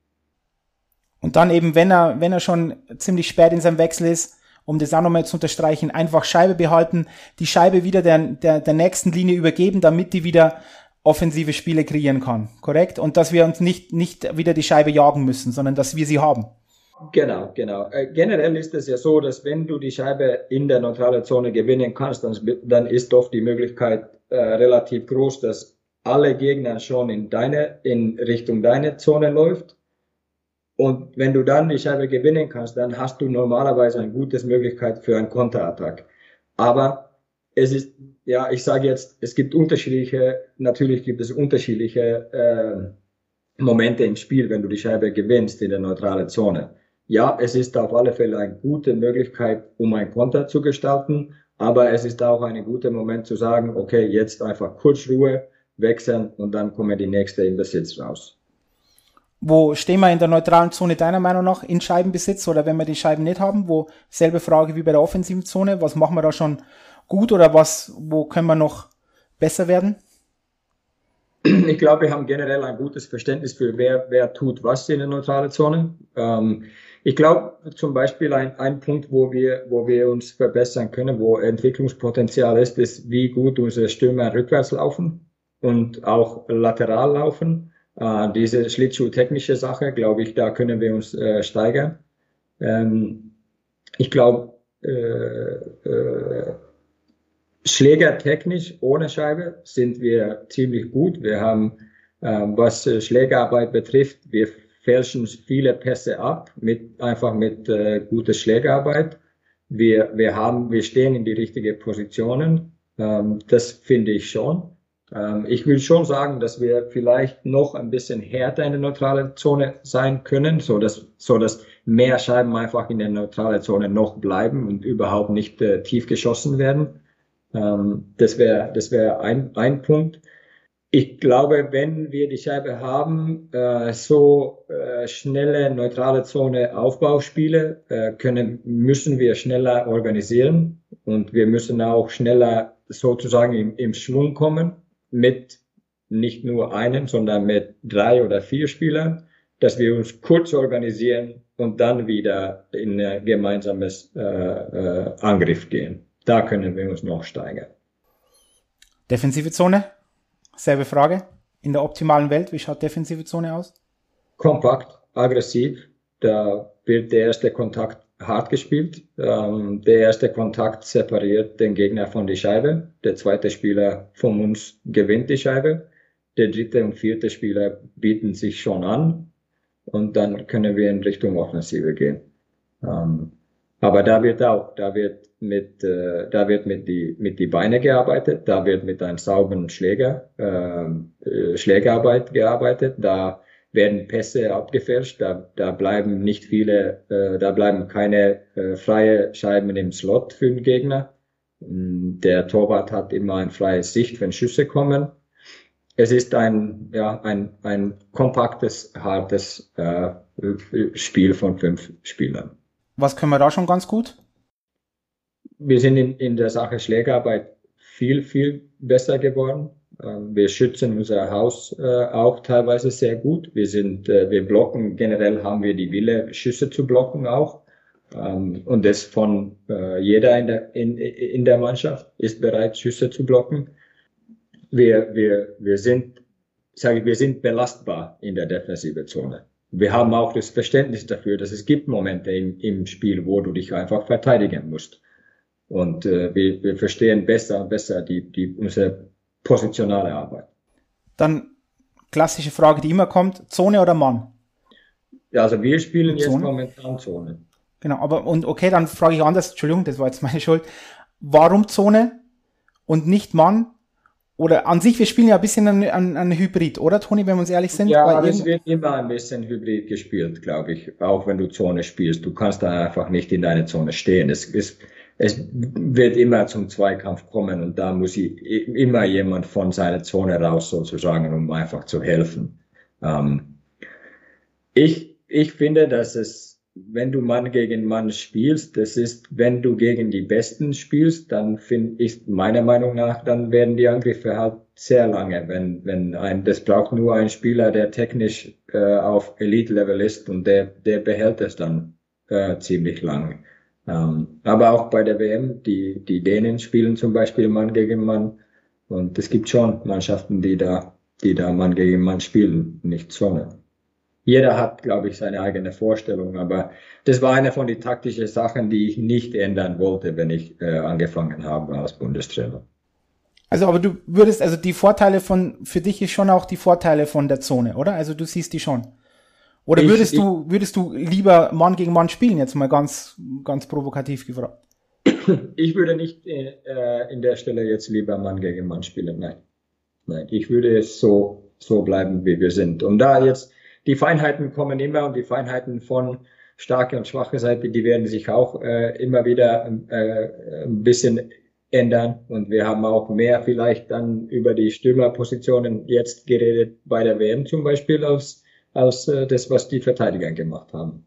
Und dann eben, wenn er, wenn er schon ziemlich spät in seinem Wechsel ist, um das auch nochmal zu unterstreichen, einfach Scheibe behalten, die Scheibe wieder der, der, der nächsten Linie übergeben, damit die wieder offensive Spiele kreieren kann, korrekt? Und dass wir uns nicht, nicht wieder die Scheibe jagen müssen, sondern dass wir sie haben. Genau, genau. Äh, generell ist es ja so, dass wenn du die Scheibe in der neutralen Zone gewinnen kannst, dann, dann ist doch die Möglichkeit äh, relativ groß, dass alle Gegner schon in deine, in Richtung deine Zone läuft. Und wenn du dann die Scheibe gewinnen kannst, dann hast du normalerweise eine gute Möglichkeit für einen Konterattack. Aber es ist, ja, ich sage jetzt, es gibt unterschiedliche, natürlich gibt es unterschiedliche äh, Momente im Spiel, wenn du die Scheibe gewinnst in der neutralen Zone. Ja, es ist auf alle Fälle eine gute Möglichkeit, um ein Konter zu gestalten, aber es ist auch ein guter Moment zu sagen, okay, jetzt einfach kurz Ruhe, wechseln und dann kommen die nächste in Besitz raus. Wo stehen wir in der neutralen Zone deiner Meinung nach in Scheibenbesitz oder wenn wir die Scheiben nicht haben? Wo selbe Frage wie bei der offensiven Zone, was machen wir da schon gut oder was, wo können wir noch besser werden? Ich glaube, wir haben generell ein gutes Verständnis für wer, wer tut was in der neutralen Zone. Ähm, ich glaube zum Beispiel ein, ein Punkt, wo wir, wo wir uns verbessern können, wo Entwicklungspotenzial ist, ist, wie gut unsere Stürmer rückwärts laufen und auch lateral laufen. Äh, diese Schlittschuh-technische Sache, glaube ich, da können wir uns äh, steigern. Ähm, ich glaube, äh, äh, schlägertechnisch ohne Scheibe sind wir ziemlich gut. Wir haben, äh, was äh, Schlägerarbeit betrifft, wir fälschen viele Pässe ab, mit, einfach mit äh, guter Schlägerarbeit. Wir, wir haben, wir stehen in die richtigen Positionen. Ähm, das finde ich schon. Ähm, ich will schon sagen, dass wir vielleicht noch ein bisschen härter in der neutralen Zone sein können, so dass, so dass mehr Scheiben einfach in der neutralen Zone noch bleiben und überhaupt nicht äh, tief geschossen werden. Ähm, das wäre, das wäre ein, ein Punkt. Ich glaube, wenn wir die Scheibe haben, äh, so äh, schnelle neutrale Zone Aufbauspiele äh, können, müssen wir schneller organisieren und wir müssen auch schneller sozusagen im, im Schwung kommen mit nicht nur einem, sondern mit drei oder vier Spielern. dass wir uns kurz organisieren und dann wieder in ein gemeinsames äh, äh, Angriff gehen. Da können wir uns noch steigern. Defensive Zone? Selbe Frage. In der optimalen Welt, wie schaut defensive Zone aus? Kompakt, aggressiv. Da wird der erste Kontakt hart gespielt. Ähm, der erste Kontakt separiert den Gegner von der Scheibe. Der zweite Spieler von uns gewinnt die Scheibe. Der dritte und vierte Spieler bieten sich schon an. Und dann können wir in Richtung Offensive gehen. Ähm, aber da wird auch, da wird mit, äh, da wird mit die, mit die Beine gearbeitet, da wird mit einem sauberen Schläger, äh, Schlägerarbeit gearbeitet, da werden Pässe abgefälscht, da, da bleiben nicht viele, äh, da bleiben keine äh, freie Scheiben im Slot für den Gegner. Der Torwart hat immer eine freie Sicht, wenn Schüsse kommen. Es ist ein, ja, ein, ein kompaktes, hartes äh, Spiel von fünf Spielern. Was können wir da schon ganz gut? Wir sind in, in der Sache Schlägerarbeit viel, viel besser geworden. Ähm, wir schützen unser Haus äh, auch teilweise sehr gut. Wir sind, äh, wir blocken, generell haben wir die Wille, Schüsse zu blocken auch. Ähm, und das von äh, jeder in der, in, in der Mannschaft ist bereit, Schüsse zu blocken. Wir, wir, wir sind, sage ich, wir sind belastbar in der defensiven Zone. Wir haben auch das Verständnis dafür, dass es gibt Momente im, im Spiel, wo du dich einfach verteidigen musst. Und äh, wir, wir verstehen besser und besser die, die, unsere positionale Arbeit. Dann klassische Frage, die immer kommt, Zone oder Mann? Ja, also wir spielen Zone? jetzt momentan Zone. Genau, aber und okay, dann frage ich anders, Entschuldigung, das war jetzt meine Schuld. Warum Zone und nicht Mann? Oder an sich, wir spielen ja ein bisschen ein, ein, ein Hybrid, oder Toni, wenn wir uns ehrlich sind? Ja, es wird immer ein bisschen Hybrid gespielt, glaube ich, auch wenn du Zone spielst. Du kannst da einfach nicht in deiner Zone stehen. Es, es, es wird immer zum Zweikampf kommen und da muss ich, immer jemand von seiner Zone raus sozusagen, um einfach zu helfen. Ähm, ich, ich finde, dass es, wenn du Mann gegen Mann spielst, das ist, wenn du gegen die Besten spielst, dann finde ich, meiner Meinung nach, dann werden die Angriffe halt sehr lange, wenn, wenn ein, das braucht nur ein Spieler, der technisch äh, auf Elite-Level ist und der, der behält es dann äh, ziemlich lang. Ähm, aber auch bei der W M, die, die Dänen spielen zum Beispiel Mann gegen Mann und es gibt schon Mannschaften, die da, die da Mann gegen Mann spielen, nicht Zone. Jeder hat, glaube ich, seine eigene Vorstellung, aber das war eine von den taktischen Sachen, die ich nicht ändern wollte, wenn ich äh, angefangen habe als Bundestrainer. Also, aber du würdest, also die Vorteile von, für dich ist schon auch die Vorteile von der Zone, oder? Also du siehst die schon. Oder ich, würdest ich, du, würdest du lieber Mann gegen Mann spielen, jetzt mal ganz, ganz provokativ gefragt? Ich würde nicht äh, in der Stelle jetzt lieber Mann gegen Mann spielen, nein. Nein, ich würde es so, so bleiben, wie wir sind. Und da jetzt, die Feinheiten kommen immer und die Feinheiten von starke und schwache Seite, die werden sich auch äh, immer wieder äh, ein bisschen ändern. Und wir haben auch mehr vielleicht dann über die Stürmerpositionen jetzt geredet bei der W M zum Beispiel, als, als äh, das, was die Verteidiger gemacht haben.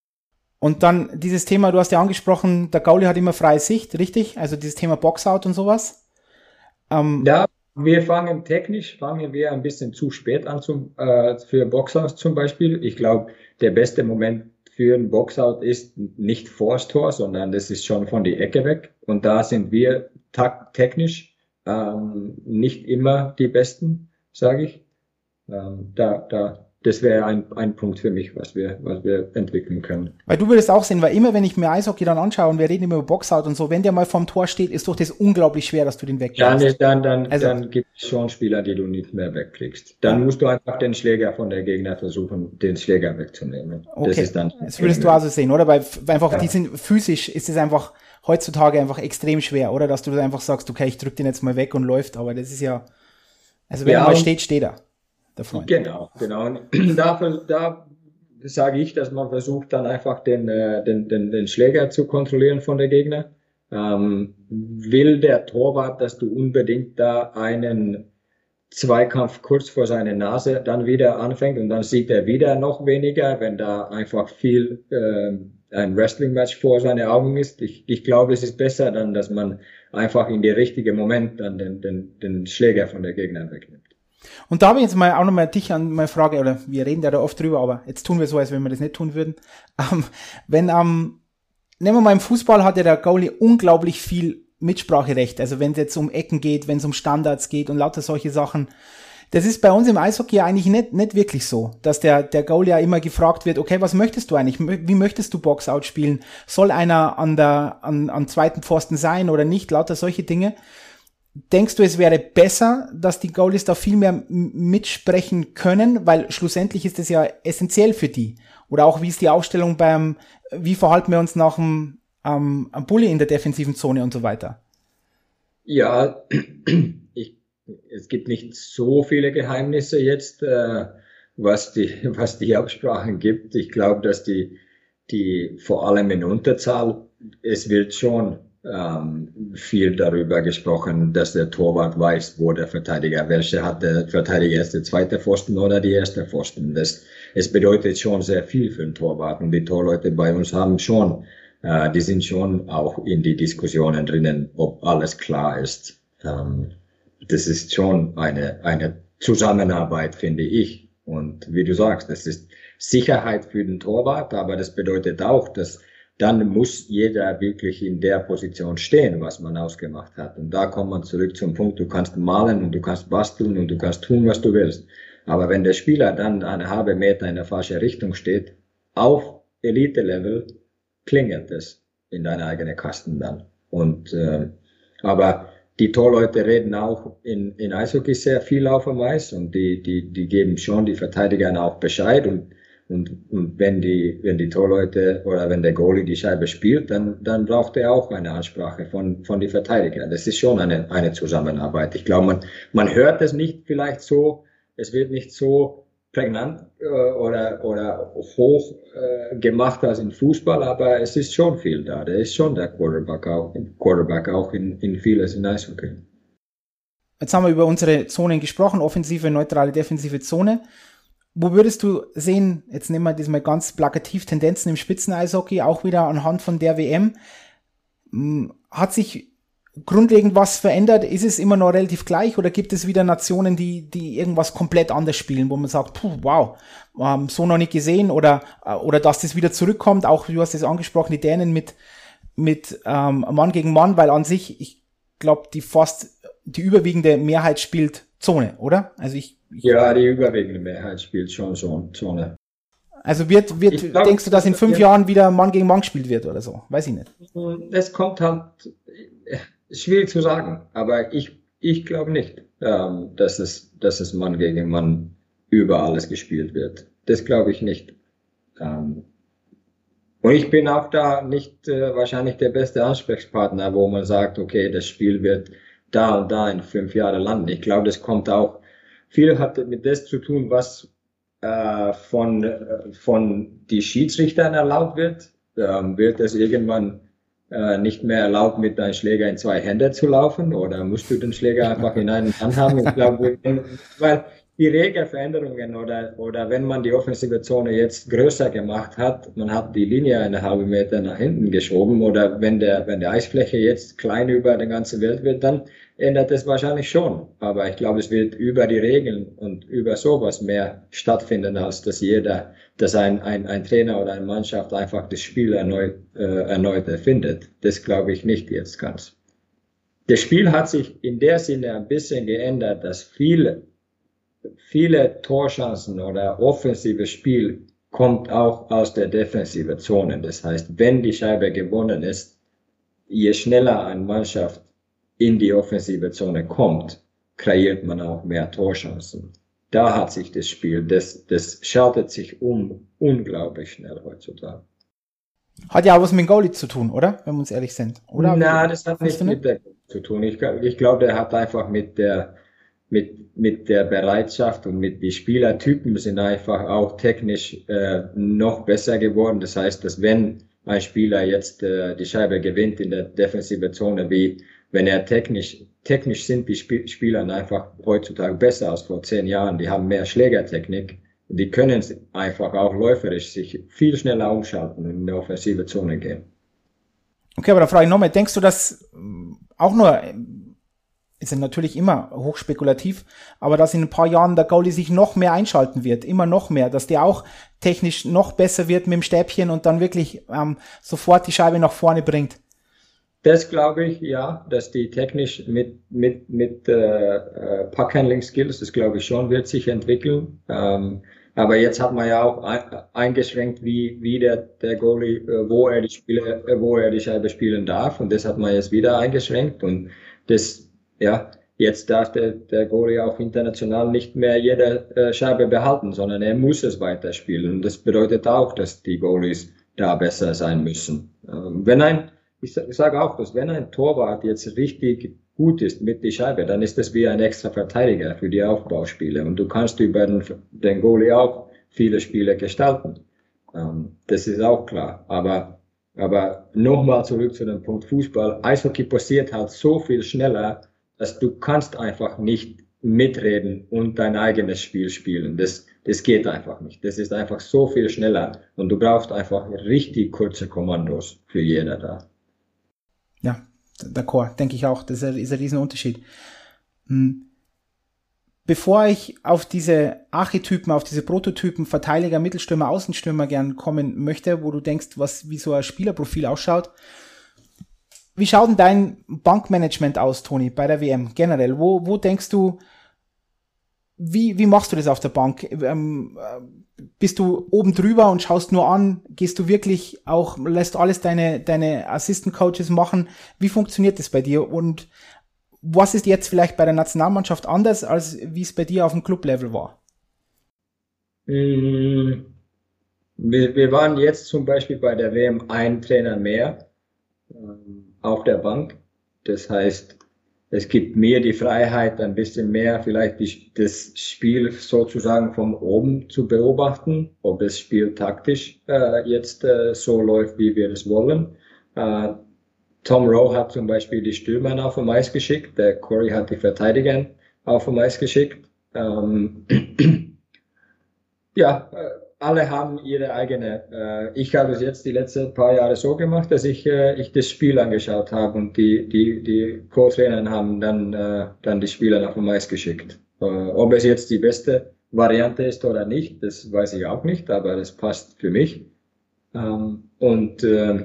Und dann dieses Thema, du hast ja angesprochen, der Goalie hat immer freie Sicht, richtig? Also dieses Thema Boxout und sowas. Ähm, ja. Wir fangen technisch, fangen wir ein bisschen zu spät an zum, äh, für Boxout zum Beispiel. Ich glaube, der beste Moment für ein Boxout ist nicht vors Tor, sondern das ist schon von die Ecke weg. Und da sind wir tak- technisch ähm, nicht immer die Besten, sage ich. Ähm, da, da, das wäre ein, ein Punkt für mich, was wir, was wir entwickeln können. Weil du würdest auch sehen, weil immer, wenn ich mir Eishockey dann anschaue und wir reden immer über Boxout und so, wenn der mal vorm Tor steht, ist doch das unglaublich schwer, dass du den wegkriegst. Dann, dann, dann, also, dann gibt es schon Spieler, die du nicht mehr wegkriegst. Dann musst du einfach den Schläger von der Gegner versuchen, den Schläger wegzunehmen. Okay, das ist dann. Das würdest du also sehen, oder? Weil einfach, ja. die sind physisch, ist es einfach heutzutage einfach extrem schwer, oder? Dass du einfach sagst, okay, ich drück den jetzt mal weg und läuft, aber das ist ja, also wenn ja, er mal steht, steht er. Genau, genau. Und dafür, da sage ich, dass man versucht, dann einfach den, den, den, den Schläger zu kontrollieren von der Gegner. Ähm, will der Torwart, dass du unbedingt da einen Zweikampf kurz vor seiner Nase dann wieder anfängt und dann sieht er wieder noch weniger, wenn da einfach viel äh, ein Wrestling-Match vor seinen Augen ist. Ich, ich glaube, es ist besser dann, dass man einfach in den richtigen Moment dann den, den, den Schläger von der Gegner wegnimmt. Und da habe ich jetzt mal auch nochmal dich an meine Frage, oder wir reden ja da oft drüber, aber jetzt tun wir so, als wenn wir das nicht tun würden. Ähm, wenn, ähm, nehmen wir mal im Fußball, hat ja der Goalie unglaublich viel Mitspracherecht. Also wenn es jetzt um Ecken geht, wenn es um Standards geht und lauter solche Sachen. Das ist bei uns im Eishockey ja eigentlich nicht, nicht wirklich so, dass der, der Goalie ja immer gefragt wird, okay, was möchtest du eigentlich? Wie möchtest du Boxout spielen? Soll einer an der, an, an zweiten Pfosten sein oder nicht? Lauter solche Dinge. Denkst du, es wäre besser, dass die Goalies da viel mehr mitsprechen können? Weil schlussendlich ist das ja essentiell für die. Oder auch, wie ist die Aufstellung beim, wie verhalten wir uns nach dem, ähm, am Bully in der defensiven Zone und so weiter? Ja, ich Es gibt nicht so viele Geheimnisse jetzt, äh, was die, was die Absprachen gibt. Ich glaube, dass die, die vor allem in Unterzahl, es wird schon ähm, viel darüber gesprochen, dass der Torwart weiß, wo der Verteidiger, welche hat der Verteidiger, erst der zweite Pfosten oder die erste Pfosten. Das, es bedeutet schon sehr viel für den Torwart. Und die Torleute bei uns haben schon, äh, die sind schon auch in die Diskussionen drinnen, ob alles klar ist. Ähm, Das ist schon eine, eine Zusammenarbeit, finde ich. Und wie du sagst, das ist Sicherheit für den Torwart, aber das bedeutet auch, dass dann muss jeder wirklich in der Position stehen, was man ausgemacht hat. Und da kommt man zurück zum Punkt, du kannst malen und du kannst basteln und du kannst tun, was du willst. Aber wenn der Spieler dann eine halbe Meter in der falschen Richtung steht, auf Elite-Level klingelt es in deine eigene Kasten dann. Und äh, aber die Torleute reden auch in, in Eishockey sehr viel auf dem Eis und die, die, die geben schon die Verteidigern auch Bescheid und, und, und wenn die, wenn die Torleute oder wenn der Goalie die Scheibe spielt, dann, dann braucht er auch eine Ansprache von, von den Verteidigern. Das ist schon eine, eine Zusammenarbeit. Ich glaube, man, man hört es nicht vielleicht so, es wird nicht so prägnant äh, oder, oder hoch äh, gemacht als im Fußball, aber es ist schon viel da. Da ist schon der Quarterback auch, Quarterback auch in, in vieles in Eishockey. Jetzt haben wir über unsere Zonen gesprochen, offensive, neutrale, defensive Zone. Wo würdest du sehen, jetzt nehmen wir das mal ganz plakativ, Tendenzen im Spitzeneishockey, auch wieder anhand von der W M. Hat sich grundlegend was verändert? Ist es immer noch relativ gleich oder gibt es wieder Nationen, die die irgendwas komplett anders spielen, wo man sagt, puh, wow, ähm, so noch nicht gesehen oder oder dass das wieder zurückkommt? Auch du hast es angesprochen, die Dänen mit mit ähm, Mann gegen Mann, weil an sich, ich glaube, die fast die überwiegende Mehrheit spielt Zone, oder? Also ich, ich ja, die überwiegende Mehrheit spielt schon Zone. Also wird wird glaub, denkst du, dass in fünf ja. Jahren wieder Mann gegen Mann gespielt wird oder so? Weiß ich nicht. Es kommt halt schwierig zu sagen, aber ich, ich glaube nicht, ähm, dass es, dass es Mann gegen Mann über alles gespielt wird. Das glaube ich nicht. Ähm, und ich bin auch da nicht äh, wahrscheinlich der beste Ansprechpartner, wo man sagt, okay, das Spiel wird da und da in fünf Jahren landen. Ich glaube, das kommt auch, viel hat mit das zu tun, was äh, von, äh, von die Schiedsrichtern erlaubt wird. Ähm, wird es irgendwann nicht mehr erlaubt, mit deinem Schläger in zwei Hände zu laufen oder musst du den Schläger einfach in einen Hand haben? Ich glaube, weil die Regelveränderungen oder, oder wenn man die offensive Zone jetzt größer gemacht hat, man hat die Linie eine halbe Meter nach hinten geschoben oder wenn der, wenn der Eisfläche jetzt klein über die ganze Welt wird, dann ändert es wahrscheinlich schon. Aber ich glaube, es wird über die Regeln und über sowas mehr stattfinden, als dass jeder, dass ein, ein, ein Trainer oder eine Mannschaft einfach das Spiel erneut, äh, erneut erfindet. Das glaube ich nicht jetzt ganz. Das Spiel hat sich in der Sinne ein bisschen geändert, dass viele, viele Torchancen oder offensives Spiel kommt auch aus der defensiven Zone. Das heißt, wenn die Scheibe gewonnen ist, je schneller eine Mannschaft in die offensive Zone kommt, kreiert man auch mehr Torchancen. Da hat sich das Spiel, das, das schaltet sich um unglaublich schnell heutzutage. Hat ja auch was mit dem Goalie zu tun, oder? Wenn wir uns ehrlich sind. Oder? Nein, das hat nicht mit der zu tun. Ich, ich glaube, der hat einfach mit der, mit, mit der Bereitschaft und mit die Spielertypen sind einfach auch technisch äh, noch besser geworden. Das heißt, dass wenn ein Spieler jetzt äh, die Scheibe gewinnt in der defensiven Zone, wie wenn er technisch, technisch sind die Sp- Spieler einfach heutzutage besser als vor zehn Jahren. Die haben mehr Schlägertechnik. Die können einfach auch läuferisch sich viel schneller umschalten und in die offensive Zone gehen. Okay, aber da frage ich nochmal, denkst du, dass auch nur ist ja natürlich immer hochspekulativ, aber dass in ein paar Jahren der Goalie sich noch mehr einschalten wird, immer noch mehr, dass der auch technisch noch besser wird mit dem Stäbchen und dann wirklich ähm, sofort die Scheibe nach vorne bringt. Das glaube ich, ja, dass die technisch mit mit mit äh, Puckhandling-Skills, das glaube ich schon, wird sich entwickeln. Ähm, aber jetzt hat man ja auch ein, eingeschränkt, wie wie der der Goalie, äh, wo er die Spiele, äh, wo er die Scheibe spielen darf, und das hat man jetzt wieder eingeschränkt, und das, ja, jetzt darf der der Goalie auch international nicht mehr jede äh, Scheibe behalten, sondern er muss es weiterspielen. Und das bedeutet auch, dass die Goalies da besser sein müssen. Ähm, wenn ein Ich sage auch, dass wenn ein Torwart jetzt richtig gut ist mit der Scheibe, dann ist das wie ein extra Verteidiger für die Aufbauspiele. Und du kannst über den, den Goalie auch viele Spiele gestalten. Ähm, das ist auch klar. Aber, aber nochmal zurück zu dem Punkt Fußball. Eishockey passiert halt so viel schneller, dass du kannst einfach nicht mitreden und dein eigenes Spiel spielen. Das, das geht einfach nicht. Das ist einfach so viel schneller. Und du brauchst einfach richtig kurze Kommandos für jeder da. Ja, d'accord, denke ich auch. Das ist ein, ist ein Riesenunterschied. Bevor ich auf diese Archetypen, auf diese Prototypen Verteidiger, Mittelstürmer, Außenstürmer gern kommen möchte, wo du denkst, was wie so ein Spielerprofil ausschaut. Wie schaut denn dein Bankmanagement aus, Toni, bei der W M generell? Wo, wo denkst du, wie, wie machst du das auf der Bank? Ähm, bist du oben drüber und schaust nur an? Gehst du wirklich auch, lässt alles deine, deine Assistant Coaches machen? Wie funktioniert das bei dir? Und was ist jetzt vielleicht bei der Nationalmannschaft anders, als wie es bei dir auf dem Club-Level war? Wir, wir waren jetzt zum Beispiel bei der W M ein Trainer mehr ähm, auf der Bank. Das heißt, es gibt mir die Freiheit, ein bisschen mehr vielleicht die, das Spiel sozusagen von oben zu beobachten, ob das Spiel taktisch äh, jetzt äh, so läuft, wie wir es wollen. Äh, Tom Rowe hat zum Beispiel die Stürmer auf dem Eis geschickt, der Corey hat die Verteidiger auf dem Eis geschickt. Ähm, ja, äh, alle haben ihre eigene. Äh, ich habe es jetzt die letzten paar Jahre so gemacht, dass ich äh, ich das Spiel angeschaut habe, und die die die Co-Trainer haben dann äh, dann die Spieler nach dem Eis geschickt. Äh, ob es jetzt die beste Variante ist oder nicht, das weiß ich auch nicht, aber das passt für mich. Ähm, und äh,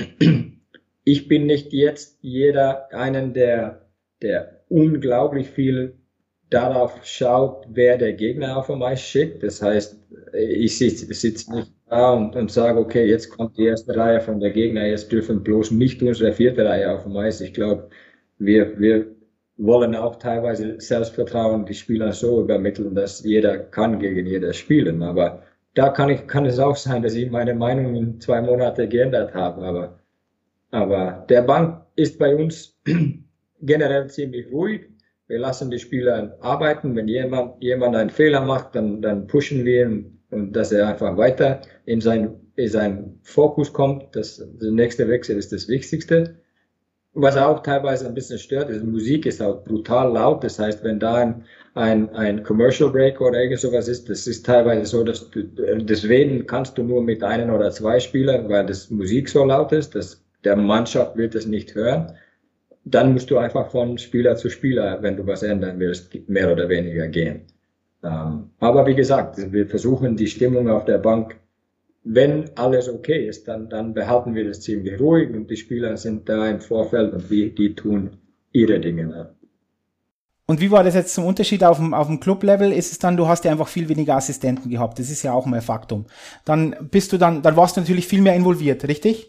ich bin nicht jetzt jeder einen, der der unglaublich viel darauf schaut, wer der Gegner auf dem Eis schickt. Das heißt, ich sitze sitz nicht da und, und sage, okay, jetzt kommt die erste Reihe von der Gegner, jetzt dürfen bloß nicht unsere vierte Reihe auf dem Eis. Ich glaube, wir, wir wollen auch teilweise Selbstvertrauen die Spieler so übermitteln, dass jeder kann gegen jeder spielen. Aber da kann ich, kann es auch sein, dass ich meine Meinung in zwei Monaten geändert habe. Aber, aber der Bank ist bei uns generell ziemlich ruhig. Wir lassen die Spieler arbeiten. Wenn jemand, jemand einen Fehler macht, dann, dann pushen wir ihn, und dass er einfach weiter in sein, in sein Fokus kommt. Das, der nächste Wechsel ist das Wichtigste. Was auch teilweise ein bisschen stört, ist, Musik ist auch brutal laut. Das heißt, wenn da ein, ein, ein Commercial Break oder irgend sowas ist, das ist teilweise so, dass du, das Reden kannst du nur mit einem oder zwei Spielern, weil das Musik so laut ist, dass der Mannschaft wird es nicht hören. Dann musst du einfach von Spieler zu Spieler, wenn du was ändern willst, mehr oder weniger gehen. Ähm, aber wie gesagt, wir versuchen die Stimmung auf der Bank, wenn alles okay ist, dann, dann behalten wir das ziemlich ruhig, und die Spieler sind da im Vorfeld, und die, die tun ihre Dinge. Ne? Und wie war das jetzt zum Unterschied auf dem, auf dem Club-Level? Ist es dann, du hast ja einfach viel weniger Assistenten gehabt. Das ist ja auch mal Faktum. Dann bist du dann, dann warst du natürlich viel mehr involviert, richtig?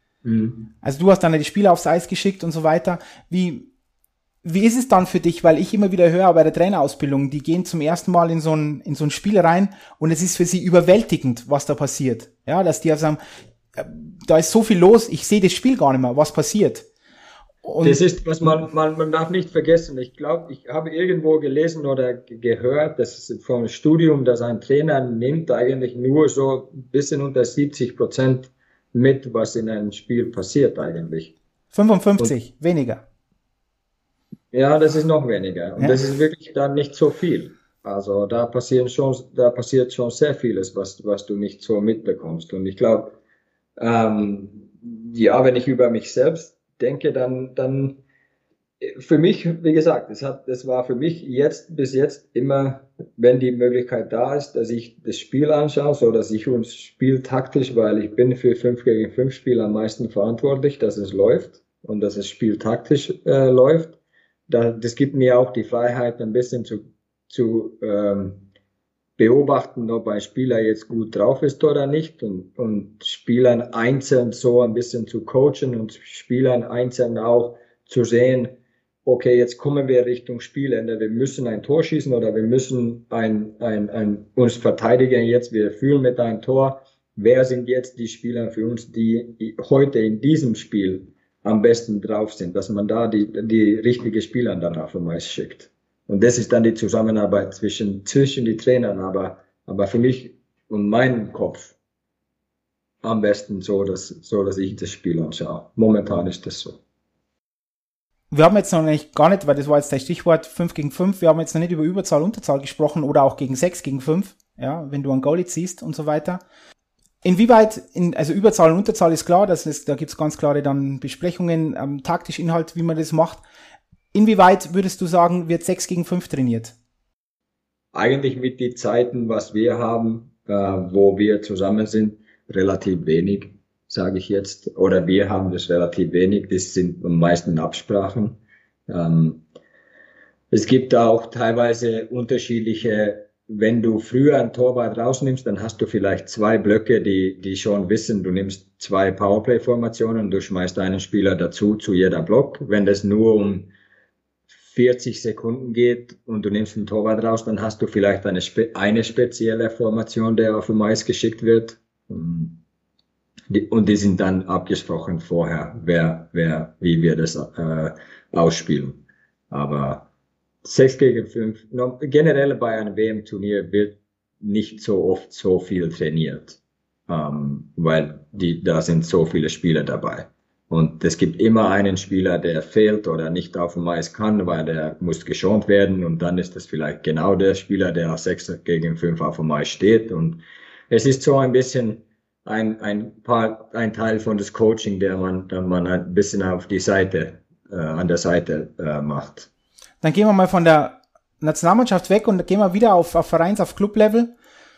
Also du hast dann die Spieler aufs Eis geschickt und so weiter. Wie, wie ist es dann für dich? Weil ich immer wieder höre bei der Trainerausbildung, die gehen zum ersten Mal in so ein, in so ein Spiel rein, und es ist für sie überwältigend, was da passiert. Ja, dass die sagen, da ist so viel los, ich sehe das Spiel gar nicht mehr, was passiert. Und das ist, was man, man, man darf nicht vergessen. Ich glaube, ich habe irgendwo gelesen oder gehört, dass vom Studium, dass ein Trainer nimmt eigentlich nur so ein bisschen unter siebzig Prozent mit, was in einem Spiel passiert eigentlich. fünfundfünfzig, und, weniger. Ja, das ist noch weniger. Und ja, das ist wirklich dann nicht so viel. Also da passieren schon, da passiert schon sehr vieles, was, was du nicht so mitbekommst. Und ich glaube, ähm, ja, wenn ich über mich selbst denke, dann, dann für mich, wie gesagt, das hat, das war für mich jetzt, bis jetzt immer, wenn die Möglichkeit da ist, dass ich das Spiel anschaue, so dass ich uns Spiel taktisch, weil ich bin für fünf gegen fünf Spiel am meisten verantwortlich, dass es läuft und dass das Spiel taktisch äh, läuft. Da, das gibt mir auch die Freiheit, ein bisschen zu, zu ähm, beobachten, ob ein Spieler jetzt gut drauf ist oder nicht und, und Spielern einzeln so ein bisschen zu coachen und Spielern einzeln auch zu sehen, okay, jetzt kommen wir Richtung Spielende, wir müssen ein Tor schießen oder wir müssen ein, ein, ein, uns verteidigen jetzt, wir führen mit einem Tor. Wer sind jetzt die Spieler für uns, die heute in diesem Spiel am besten drauf sind, dass man da die, die richtige Spieler dann auf dem Eis schickt. Und das ist dann die Zusammenarbeit zwischen, zwischen die Trainern, aber, aber für mich und meinen Kopf am besten so, dass, so, dass ich das Spiel anschaue. Momentan ist das so. Wir haben jetzt noch nicht gar nicht, weil das war jetzt das Stichwort fünf gegen fünf, wir haben jetzt noch nicht über Überzahl, Unterzahl gesprochen oder auch gegen sechs gegen fünf, ja, wenn du einen Goalie ziehst und so weiter. Inwieweit, in, also Überzahl und Unterzahl ist klar, das ist, da gibt's ganz klare dann Besprechungen, ähm, taktisch Inhalt, wie man das macht. Inwieweit würdest du sagen, wird sechs gegen fünf trainiert? Eigentlich mit den Zeiten, was wir haben, äh, wo wir zusammen sind, relativ wenig, sage ich jetzt. Oder wir haben das relativ wenig, das sind am meisten Absprachen. Ähm, es gibt auch teilweise unterschiedliche, wenn du früher ein Torwart rausnimmst, dann hast du vielleicht zwei Blöcke, die, die schon wissen, du nimmst zwei Powerplay-Formationen, du schmeißt einen Spieler dazu zu jeder Block. Wenn das nur um vierzig Sekunden geht und du nimmst einen Torwart raus, dann hast du vielleicht eine, spe eine spezielle Formation, der auf dem Eis geschickt wird. Und die sind dann abgesprochen vorher, wer, wer, wie wir das äh, ausspielen. Aber sechs gegen fünf, generell bei einem W M-Turnier wird nicht so oft so viel trainiert, ähm, weil die, da sind so viele Spieler dabei. Und es gibt immer einen Spieler, der fehlt oder nicht auf dem Eis kann, weil der muss geschont werden. Und dann ist das vielleicht genau der Spieler, der auf sechs gegen fünf auf dem Eis steht. Und es ist so ein bisschen ein, ein paar, ein Teil von das Coaching, der man, der man ein bisschen auf die Seite, äh, an der Seite äh, macht. Dann gehen wir mal von der Nationalmannschaft weg und gehen wir wieder auf, auf Vereins-, auf Clublevel.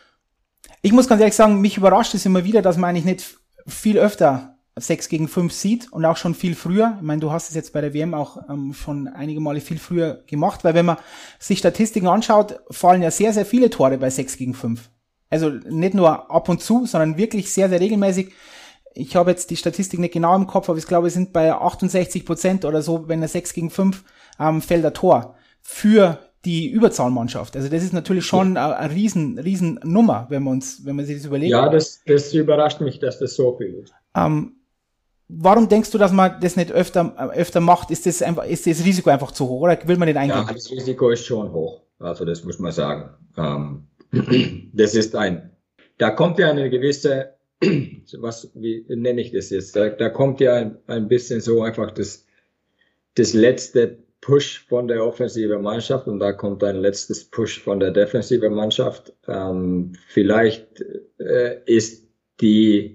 Ich muss ganz ehrlich sagen, mich überrascht es immer wieder, dass man eigentlich nicht viel öfter sechs gegen fünf sieht und auch schon viel früher. Ich meine, du hast es jetzt bei der W M auch ähm, schon einige Male viel früher gemacht, weil wenn man sich Statistiken anschaut, fallen ja sehr, sehr viele Tore bei sechs gegen fünf. Also nicht nur ab und zu, sondern wirklich sehr, sehr regelmäßig. Ich habe jetzt die Statistik nicht genau im Kopf, aber ich glaube, es sind bei achtundsechzig Prozent oder so, wenn er sechs gegen fünf ähm, fällt ein Tor für die Überzahlmannschaft. Also das ist natürlich schon eine, eine riesen, riesen Nummer, wenn man uns, wenn man sich das überlegt. Ja, das, das überrascht mich, dass das so viel ist. Ähm, Warum denkst du, dass man das nicht öfter, öfter macht? Ist das einfach, ist das Risiko einfach zu hoch oder will man nicht eingehen? Ja, das Risiko ist schon hoch. Also das muss man sagen. Ähm, das ist ein, da kommt ja eine gewisse, was, wie nenne ich das jetzt? Da, da kommt ja ein, ein bisschen so einfach das, das letzte Push von der offensiven Mannschaft und da kommt ein letztes Push von der defensiven Mannschaft. Ähm, vielleicht äh, ist die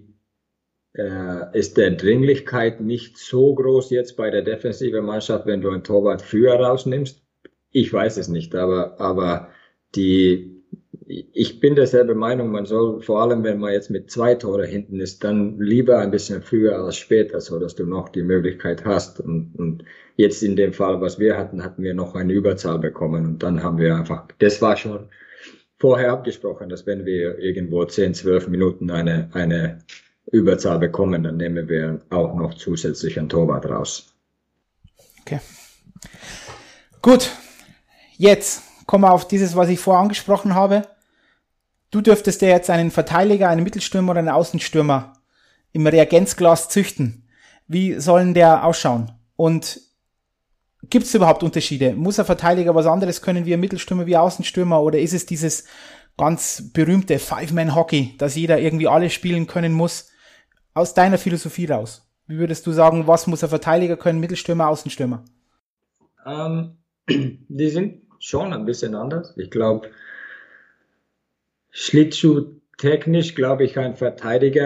Äh, ist der Dringlichkeit nicht so groß jetzt bei der defensiven Mannschaft, wenn du einen Torwart früher rausnimmst? Ich weiß es nicht, aber, aber die, ich bin derselben Meinung, man soll, vor allem wenn man jetzt mit zwei Tore hinten ist, dann lieber ein bisschen früher als später, so dass du noch die Möglichkeit hast. Und, und jetzt in dem Fall, was wir hatten, hatten wir noch eine Überzahl bekommen und dann haben wir einfach, das war schon vorher abgesprochen, dass wenn wir irgendwo zehn, zwölf Minuten eine, eine Überzahl bekommen, dann nehmen wir auch noch zusätzlich einen Torwart raus. Okay. Gut. Jetzt kommen wir auf dieses, was ich vorher angesprochen habe. Du dürftest ja jetzt einen Verteidiger, einen Mittelstürmer oder einen Außenstürmer im Reagenzglas züchten. Wie sollen der ausschauen? Und gibt es überhaupt Unterschiede? Muss ein Verteidiger was anderes können wie ein Mittelstürmer, wie ein Außenstürmer? Oder ist es dieses ganz berühmte Five-Man-Hockey, dass jeder irgendwie alles spielen können muss? Aus deiner Philosophie raus. Wie würdest du sagen, was muss ein Verteidiger können, Mittelstürmer, Außenstürmer? Ähm, die sind schon ein bisschen anders. Ich glaube, Schlittschuh-technisch, glaube ich, ein Verteidiger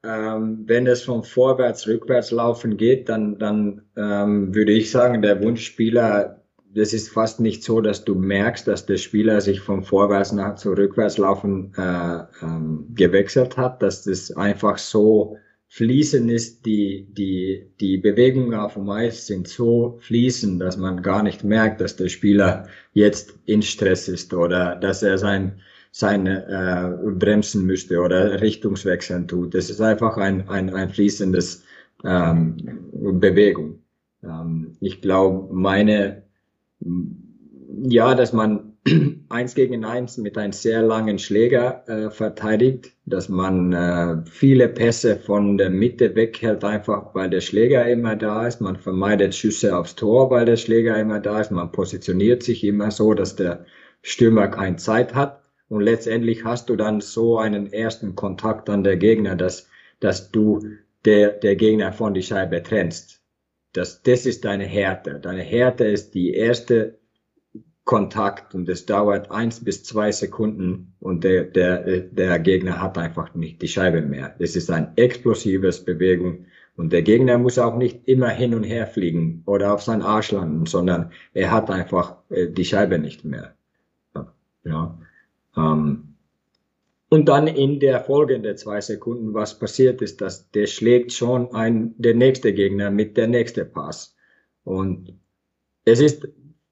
ähm, wenn es vom Vorwärts, Rückwärts laufen geht, dann, dann ähm, würde ich sagen, der Wunschspieler, das ist fast nicht so, dass du merkst, dass der Spieler sich vom Vorwärts nach zu Rückwärts laufen äh, ähm, gewechselt hat, dass das einfach so fließend ist, die, die, die Bewegungen auf dem Eis sind so fließend, dass man gar nicht merkt, dass der Spieler jetzt in Stress ist oder dass er sein seine äh, bremsen müsste oder Richtungswechseln tut. Das ist einfach ein ein, ein fließendes ähm, Bewegung. Ähm, ich glaube, meine ja, dass man eins gegen eins mit einem sehr langen Schläger äh, verteidigt, dass man äh, viele Pässe von der Mitte weghält, einfach weil der Schläger immer da ist. Man vermeidet Schüsse aufs Tor, weil der Schläger immer da ist. Man positioniert sich immer so, dass der Stürmer keine Zeit hat. Und letztendlich hast du dann so einen ersten Kontakt an der Gegner, dass, dass du der, der Gegner von die Scheibe trennst. Das, das ist deine Härte. Deine Härte ist die erste Kontakt und es dauert eins bis zwei Sekunden und der, der, der Gegner hat einfach nicht die Scheibe mehr. Das ist ein explosives Bewegung und der Gegner muss auch nicht immer hin und her fliegen oder auf seinen Arsch landen, sondern er hat einfach die Scheibe nicht mehr. Ja. Um, und dann in der folgenden zwei Sekunden, was passiert ist, dass der schlägt schon ein, der nächste Gegner mit der nächste Pass. Und es ist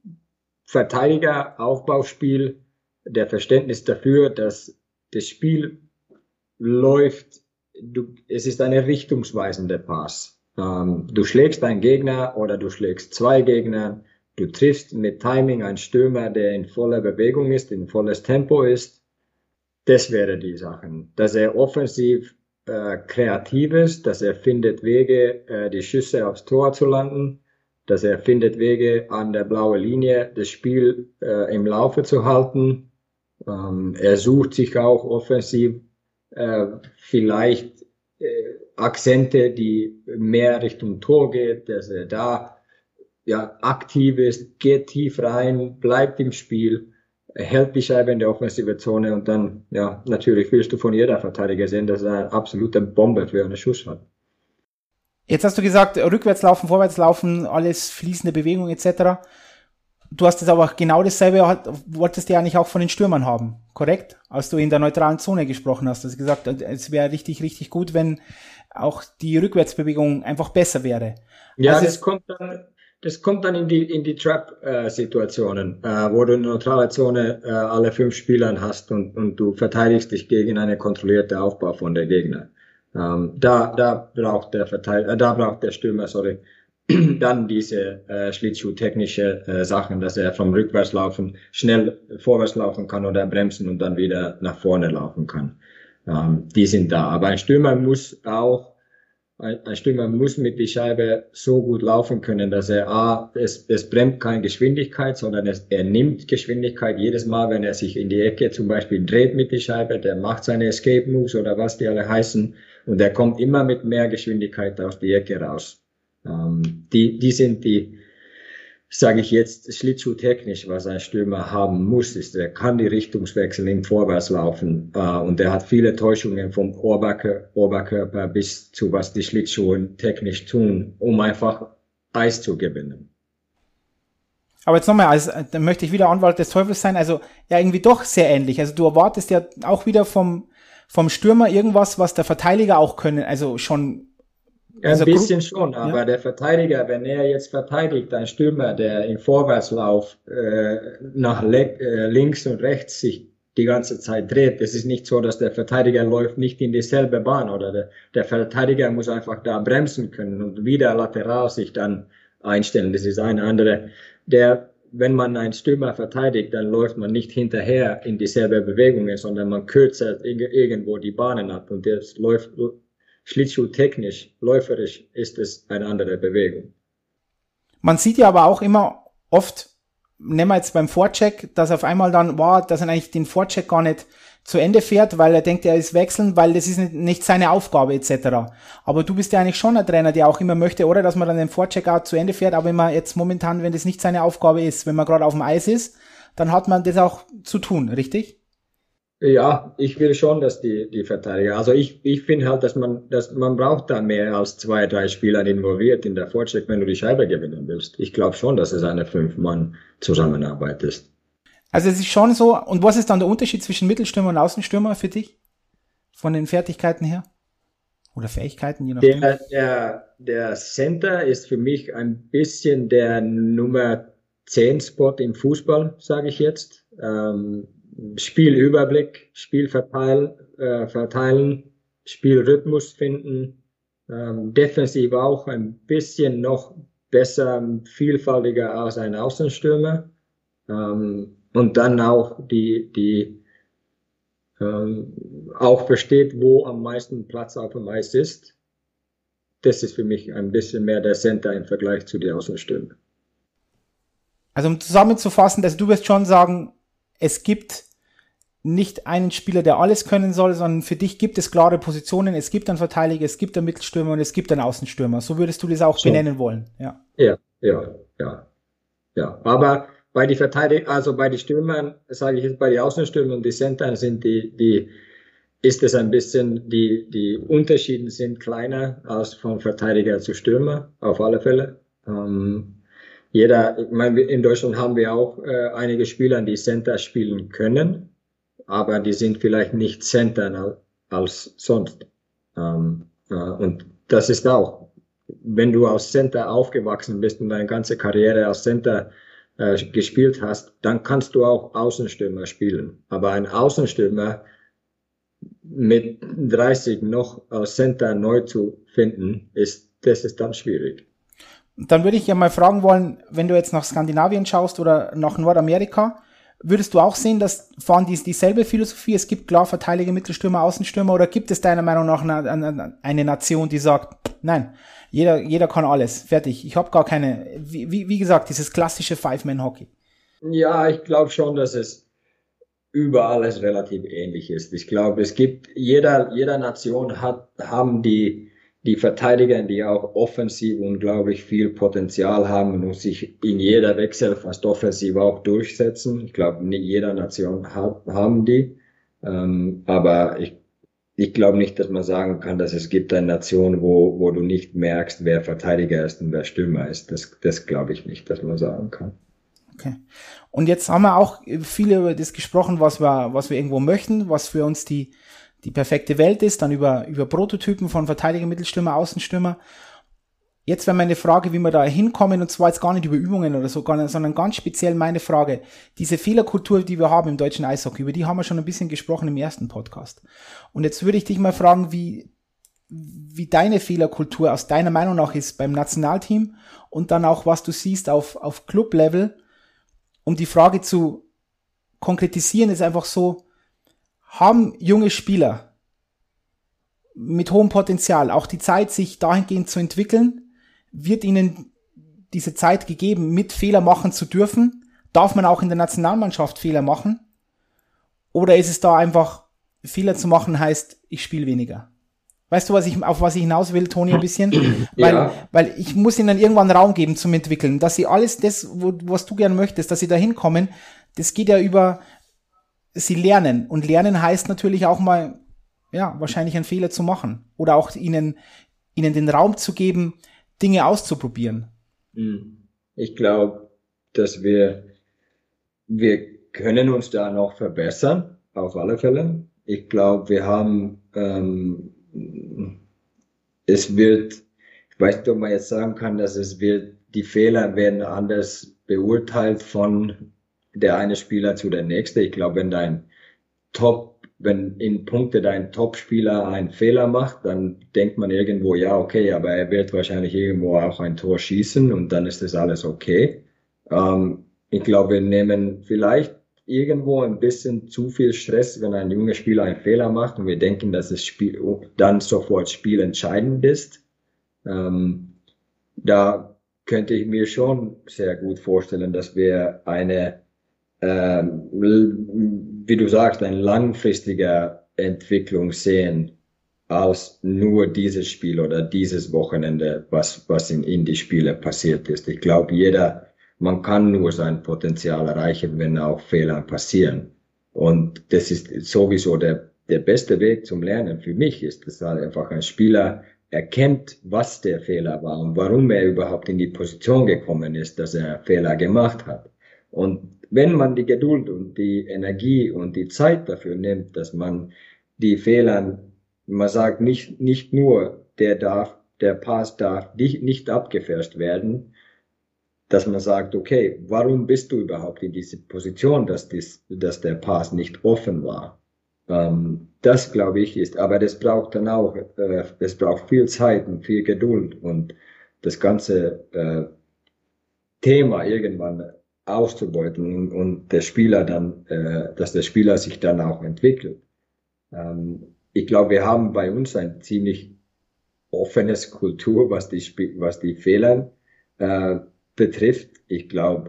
Verteidiger-Aufbauspiel, der Verständnis dafür, dass das Spiel läuft, du, es ist eine richtungsweisende Pass. Um, du schlägst einen Gegner oder du schlägst zwei Gegner. Du triffst mit Timing einen Stürmer, der in voller Bewegung ist, in volles Tempo ist. Das wäre die Sachen. Dass er offensiv äh, kreativ ist, dass er findet Wege, äh, die Schüsse aufs Tor zu landen, dass er findet Wege an der blauen Linie, das Spiel äh, im Laufe zu halten. Ähm, er sucht sich auch offensiv äh, vielleicht äh, Akzente, die mehr Richtung Tor geht, dass er da ja, aktiv ist, geht tief rein, bleibt im Spiel, hält die Scheibe in der offensive Zone und dann, ja, natürlich willst du von jeder Verteidiger sehen, dass er eine absolute Bombe für einen Schuss hat. Jetzt hast du gesagt, rückwärts laufen, vorwärts laufen, alles fließende Bewegung et cetera. Du hast es aber genau dasselbe, wolltest du ja eigentlich auch von den Stürmern haben, korrekt? Als du in der neutralen Zone gesprochen hast, hast du gesagt, es wäre richtig, richtig gut, wenn auch die Rückwärtsbewegung einfach besser wäre. Ja, also das kommt dann Das kommt dann in die in die Trap-Situationen, äh, wo du eine neutrale Zone äh, alle fünf Spielern hast und und du verteidigst dich gegen eine kontrollierte Aufbau von der Gegner. Ähm, da da braucht der Verteidiger, äh, da braucht der Stürmer, sorry, dann diese äh, Schlittschuh-technische äh, Sachen, dass er vom Rückwärtslaufen schnell vorwärts laufen kann oder bremsen und dann wieder nach vorne laufen kann. Ähm, die sind da. Aber ein Stürmer muss auch Ein Stürmer muss mit die Scheibe so gut laufen können, dass er A, es, es bremst keine Geschwindigkeit, sondern es, er nimmt Geschwindigkeit jedes Mal, wenn er sich in die Ecke zum Beispiel dreht mit die Scheibe, der macht seine Escape Moves oder was die alle heißen und der kommt immer mit mehr Geschwindigkeit aus die Ecke raus. Ähm, die, die sind die, sage ich jetzt, Schlittschuh-technisch, was ein Stürmer haben muss, ist, er kann die Richtungswechsel im Vorwärtslaufen äh, und er hat viele Täuschungen vom Oberkörper, Oberkörper bis zu was die Schlittschuhe technisch tun, um einfach Eis zu gewinnen. Aber jetzt nochmal, also, dann möchte ich wieder Anwalt des Teufels sein, also ja irgendwie doch sehr ähnlich. Also du erwartest ja auch wieder vom, vom Stürmer irgendwas, was der Verteidiger auch können, also schon. Also ein bisschen schon, aber ja. Der Verteidiger, wenn er jetzt verteidigt, ein Stürmer, der im Vorwärtslauf äh, nach le- äh, links und rechts sich die ganze Zeit dreht, es ist nicht so, dass der Verteidiger läuft nicht in dieselbe Bahn oder der, der Verteidiger muss einfach da bremsen können und wieder lateral sich dann einstellen. Das ist eine andere. Der, wenn man einen Stürmer verteidigt, dann läuft man nicht hinterher in dieselbe Bewegungen, sondern man kürzt irgendwo die Bahnen ab und das läuft Schlittschuh-technisch, läuferisch ist es eine andere Bewegung. Man sieht ja aber auch immer oft, nehmen wir jetzt beim Vorcheck, dass auf einmal dann, wow, dass er eigentlich den Vorcheck gar nicht zu Ende fährt, weil er denkt, er ist wechseln, weil das ist nicht, nicht seine Aufgabe et cetera. Aber du bist ja eigentlich schon ein Trainer, der auch immer möchte, oder, dass man dann den Vorcheck auch zu Ende fährt, aber wenn man jetzt momentan, wenn das nicht seine Aufgabe ist, wenn man gerade auf dem Eis ist, dann hat man das auch zu tun, richtig? Ja, ich will schon, dass die, die Verteidiger, also ich, ich finde halt, dass man, dass man braucht da mehr als zwei, drei Spieler involviert in der Vorcheck, wenn du die Scheibe gewinnen willst. Ich glaube schon, dass es eine Fünf-Mann-Zusammenarbeit ist. Also es ist schon so, und was ist dann der Unterschied zwischen Mittelstürmer und Außenstürmer für dich? Von den Fertigkeiten her? Oder Fähigkeiten, je nachdem? Der, der, der Center ist für mich ein bisschen der Nummer zehn Spot im Fußball, sage ich jetzt. Ähm, Spielüberblick, Spielverteil, äh, verteilen, Spielrhythmus finden, ähm, defensiv auch ein bisschen noch besser, vielfältiger als ein Außenstürmer. Ähm, und dann auch die, die ähm, auch versteht, wo am meisten Platz auf dem Eis ist. Das ist für mich ein bisschen mehr der Center im Vergleich zu den Außenstürmern. Also um zusammenzufassen, dass du wirst schon sagen, es gibt nicht einen Spieler, der alles können soll, sondern für dich gibt es klare Positionen, es gibt einen Verteidiger, es gibt einen Mittelstürmer und es gibt einen Außenstürmer. So würdest du das auch so benennen wollen. Ja, ja, ja, ja. ja. Aber bei den Verteidigern, also bei den Stürmern, sage ich jetzt, bei den Außenstürmern und die Centern sind die, die, ist es ein bisschen, die, die Unterschiede sind kleiner als von Verteidiger zu Stürmer, auf alle Fälle. Ähm, jeder, ich meine, in Deutschland haben wir auch äh, einige Spieler, die Center spielen können, aber die sind vielleicht nicht Center als sonst. Ähm, äh, und das ist auch, wenn du als Center aufgewachsen bist und deine ganze Karriere als Center äh, gespielt hast, dann kannst du auch Außenstürmer spielen. Aber ein Außenstürmer mit dreißig noch als Center neu zu finden, ist, das ist dann schwierig. Dann würde ich ja mal fragen wollen, wenn du jetzt nach Skandinavien schaust oder nach Nordamerika, würdest du auch sehen, dass fahren die dieselbe Philosophie? Es gibt klar Verteidiger, Mittelstürmer, Außenstürmer, oder gibt es deiner Meinung nach eine, eine Nation, die sagt, nein, jeder, jeder kann alles, fertig. Ich habe gar keine, wie, wie, wie gesagt, dieses klassische Five-Man-Hockey. Ja, ich glaube schon, dass es überall es relativ ähnlich ist. Ich glaube, es gibt, jeder, jeder Nation hat, haben die, die Verteidiger, die auch offensiv unglaublich viel Potenzial haben und sich in jeder Wechsel fast offensiv auch durchsetzen. Ich glaube, nicht jeder Nation hat, haben die. Ähm, aber ich, ich glaube nicht, dass man sagen kann, dass es gibt eine Nation, wo, wo du nicht merkst, wer Verteidiger ist und wer Stürmer ist. Das, das glaube ich nicht, dass man sagen kann. Okay. Und jetzt haben wir auch viel über das gesprochen, was wir, was wir irgendwo möchten, was für uns die, die perfekte Welt ist, dann über, über Prototypen von Verteidiger, Mittelstürmer, Außenstürmer. Jetzt wäre meine Frage, wie wir da hinkommen, und zwar jetzt gar nicht über Übungen oder so, sondern ganz speziell meine Frage. Diese Fehlerkultur, die wir haben im deutschen Eishockey, über die haben wir schon ein bisschen gesprochen im ersten Podcast. Und jetzt würde ich dich mal fragen, wie, wie deine Fehlerkultur aus deiner Meinung nach ist beim Nationalteam und dann auch, was du siehst auf, auf Club-Level. Um die Frage zu konkretisieren, ist einfach so, haben junge Spieler mit hohem Potenzial auch die Zeit, sich dahingehend zu entwickeln? Wird ihnen diese Zeit gegeben, mit Fehler machen zu dürfen? Darf man auch in der Nationalmannschaft Fehler machen? Oder ist es da einfach, Fehler zu machen heißt, ich spiele weniger? Weißt du, was ich, auf was ich hinaus will, Toni, ein bisschen? Weil, ja. weil ich muss ihnen dann irgendwann Raum geben zum Entwickeln, dass sie alles das, wo, was du gerne möchtest, dass sie da hinkommen, das geht ja über, sie lernen. Und lernen heißt natürlich auch mal, ja, wahrscheinlich einen Fehler zu machen. Oder auch ihnen, ihnen den Raum zu geben, Dinge auszuprobieren. Ich glaube, dass wir, wir können uns da noch verbessern, auf alle Fälle. Ich glaube, wir haben, ähm, es wird, ich weiß nicht, ob man jetzt sagen kann, dass es wird, die Fehler werden anders beurteilt von der eine Spieler zu der nächste. Ich glaube, wenn dein Top, wenn in Punkte dein Top-Spieler einen Fehler macht, dann denkt man irgendwo, ja, okay, aber er wird wahrscheinlich irgendwo auch ein Tor schießen und dann ist das alles okay. Ähm, ich glaube, wir nehmen vielleicht irgendwo ein bisschen zu viel Stress, wenn ein junger Spieler einen Fehler macht und wir denken, dass das Spiel dann sofort spielentscheidend ist. Ähm, da könnte ich mir schon sehr gut vorstellen, dass wir eine, ähm, wie du sagst, eine langfristige Entwicklung sehen als nur dieses Spiel oder dieses Wochenende, was, was in, in die Spiele passiert ist. Ich glaube, jeder man kann nur sein Potenzial erreichen, wenn auch Fehler passieren. Und das ist sowieso der, der beste Weg zum Lernen für mich, ist, dass halt einfach ein Spieler erkennt, was der Fehler war und warum er überhaupt in die Position gekommen ist, dass er Fehler gemacht hat. Und wenn man die Geduld und die Energie und die Zeit dafür nimmt, dass man die Fehler, man sagt nicht, nicht nur, der darf, der Pass darf nicht, nicht abgefälscht werden, dass man sagt, okay, warum bist du überhaupt in diese Position, dass, dies, dass der Pass nicht offen war? Ähm, das, glaube ich, ist, aber das braucht dann auch, äh, das braucht viel Zeit und viel Geduld und das ganze äh, Thema irgendwann auszubeuten und, und der Spieler dann, äh, dass der Spieler sich dann auch entwickelt. Ähm, ich glaube, wir haben bei uns ein ziemlich offenes Kultur, was die, Sp was die Fehler äh, betrifft. Ich glaube,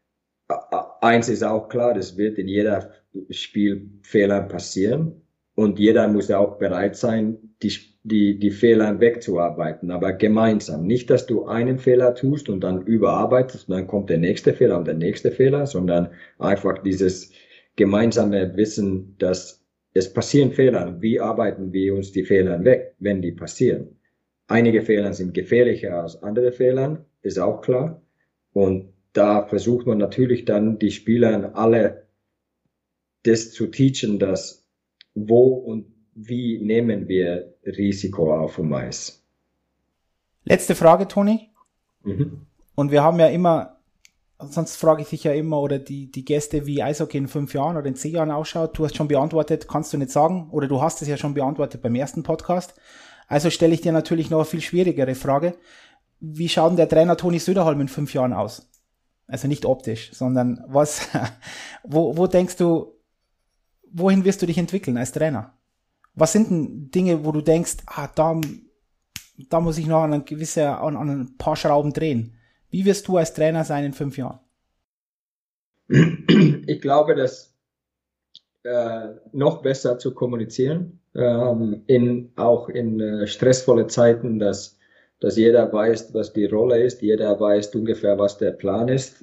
eins ist auch klar, das wird in jeder Spiel Fehler passieren und jeder muss auch bereit sein, die, die, die Fehler wegzuarbeiten, aber gemeinsam. Nicht, dass du einen Fehler tust und dann überarbeitest und dann kommt der nächste Fehler und der nächste Fehler, sondern einfach dieses gemeinsame Wissen, dass es passieren Fehler. Wie arbeiten wir uns die Fehler weg, wenn die passieren? Einige Fehler sind gefährlicher als andere Fehler, ist auch klar. Und da versucht man natürlich dann die Spieler alle das zu teachen, dass wo und wie nehmen wir Risiko auf dem Eis. Letzte Frage, Toni. Mhm. Und wir haben ja immer, sonst frage ich dich ja immer, oder die, die Gäste, wie Eishockey in fünf Jahren oder in zehn Jahren ausschaut. Du hast schon beantwortet, kannst du nicht sagen, oder du hast es ja schon beantwortet beim ersten Podcast. Also stelle ich dir natürlich noch eine viel schwierigere Frage. Wie schaut denn der Trainer Toni Söderholm in fünf Jahren aus? Also nicht optisch, sondern was, wo, wo denkst du, wohin wirst du dich entwickeln als Trainer? Was sind denn Dinge, wo du denkst, ah, da, da muss ich noch an, eine gewisse, an, an ein paar Schrauben drehen? Wie wirst du als Trainer sein in fünf Jahren? Ich glaube, dass äh, noch besser zu kommunizieren, ähm, in, auch in äh, stressvolle Zeiten, dass dass jeder weiß, was die Rolle ist, jeder weiß ungefähr, was der Plan ist.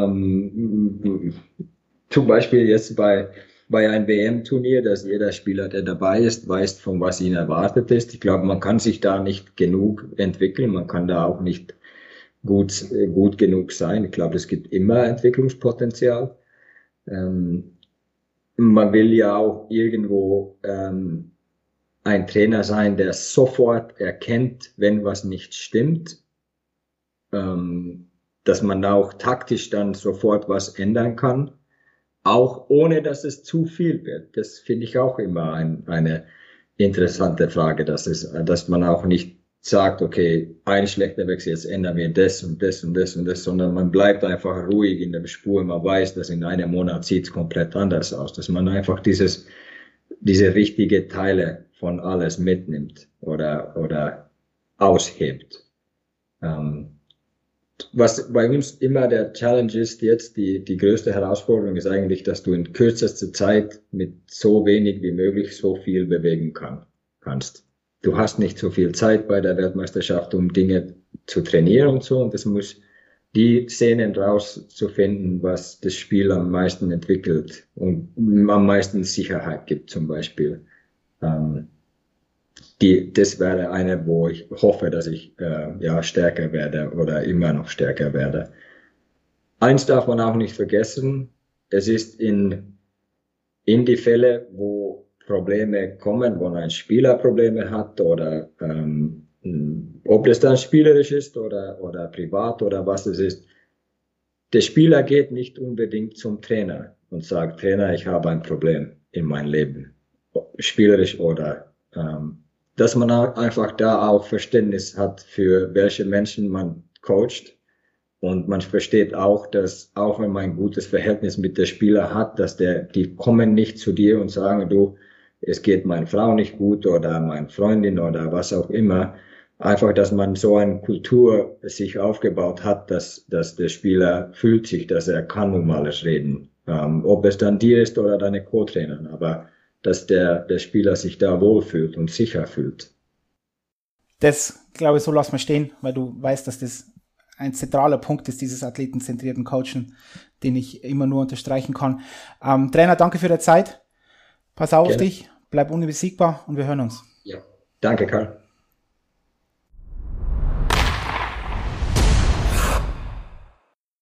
Ähm, zum Beispiel jetzt bei, bei einem W M-Turnier, dass jeder Spieler, der dabei ist, weiß, von was ihn erwartet ist. Ich glaube, man kann sich da nicht genug entwickeln, man kann da auch nicht gut, gut genug sein. Ich glaube, es gibt immer Entwicklungspotenzial. Ähm, man will ja auch irgendwo ähm, ein Trainer sein, der sofort erkennt, wenn was nicht stimmt, ähm, dass man auch taktisch dann sofort was ändern kann, auch ohne dass es zu viel wird. Das finde ich auch immer ein, eine interessante Frage, dass es, dass man auch nicht sagt, okay, ein schlechter Wechsel, jetzt ändern wir das und das und das und das, sondern man bleibt einfach ruhig in der Spur. Man weiß, dass in einem Monat sieht es komplett anders aus, dass man einfach dieses, diese richtige Teile von alles mitnimmt oder, oder aushebt. Ähm, was bei uns immer der Challenge ist jetzt, die, die größte Herausforderung ist eigentlich, dass du in kürzester Zeit mit so wenig wie möglich so viel bewegen kann, kannst. Du hast nicht so viel Zeit bei der Weltmeisterschaft, um Dinge zu trainieren und so, und das muss die Szenen rauszufinden, was das Spiel am meisten entwickelt und am meisten Sicherheit gibt zum Beispiel. Ähm, die, das wäre eine, wo ich hoffe, dass ich äh, ja stärker werde oder immer noch stärker werde. Eins darf man auch nicht vergessen, es ist in, in die Fälle, wo Probleme kommen, wo ein Spieler Probleme hat oder ähm, ob das dann spielerisch ist oder, oder privat oder was es ist. Der Spieler geht nicht unbedingt zum Trainer und sagt, Trainer, ich habe ein Problem in meinem Leben, spielerisch oder ähm, dass man einfach da auch Verständnis hat für welche Menschen man coacht. Und man versteht auch, dass auch wenn man ein gutes Verhältnis mit der Spieler hat, dass der, die kommen nicht zu dir und sagen, du, es geht meiner Frau nicht gut oder meiner Freundin oder was auch immer. Einfach, dass man so eine Kultur sich aufgebaut hat, dass, dass der Spieler fühlt sich, dass er kann um alles reden. Ähm, ob es dann dir ist oder deine Co-Trainer, aber dass der, der Spieler sich da wohlfühlt und sicher fühlt. Das, glaube ich, so lassen wir stehen, weil du weißt, dass das ein zentraler Punkt ist, dieses athletenzentrierten Coachen, den ich immer nur unterstreichen kann. Ähm, Trainer, danke für deine Zeit. Pass auf Gerne. Dich, bleib unbesiegbar und wir hören uns. Ja, danke Karl.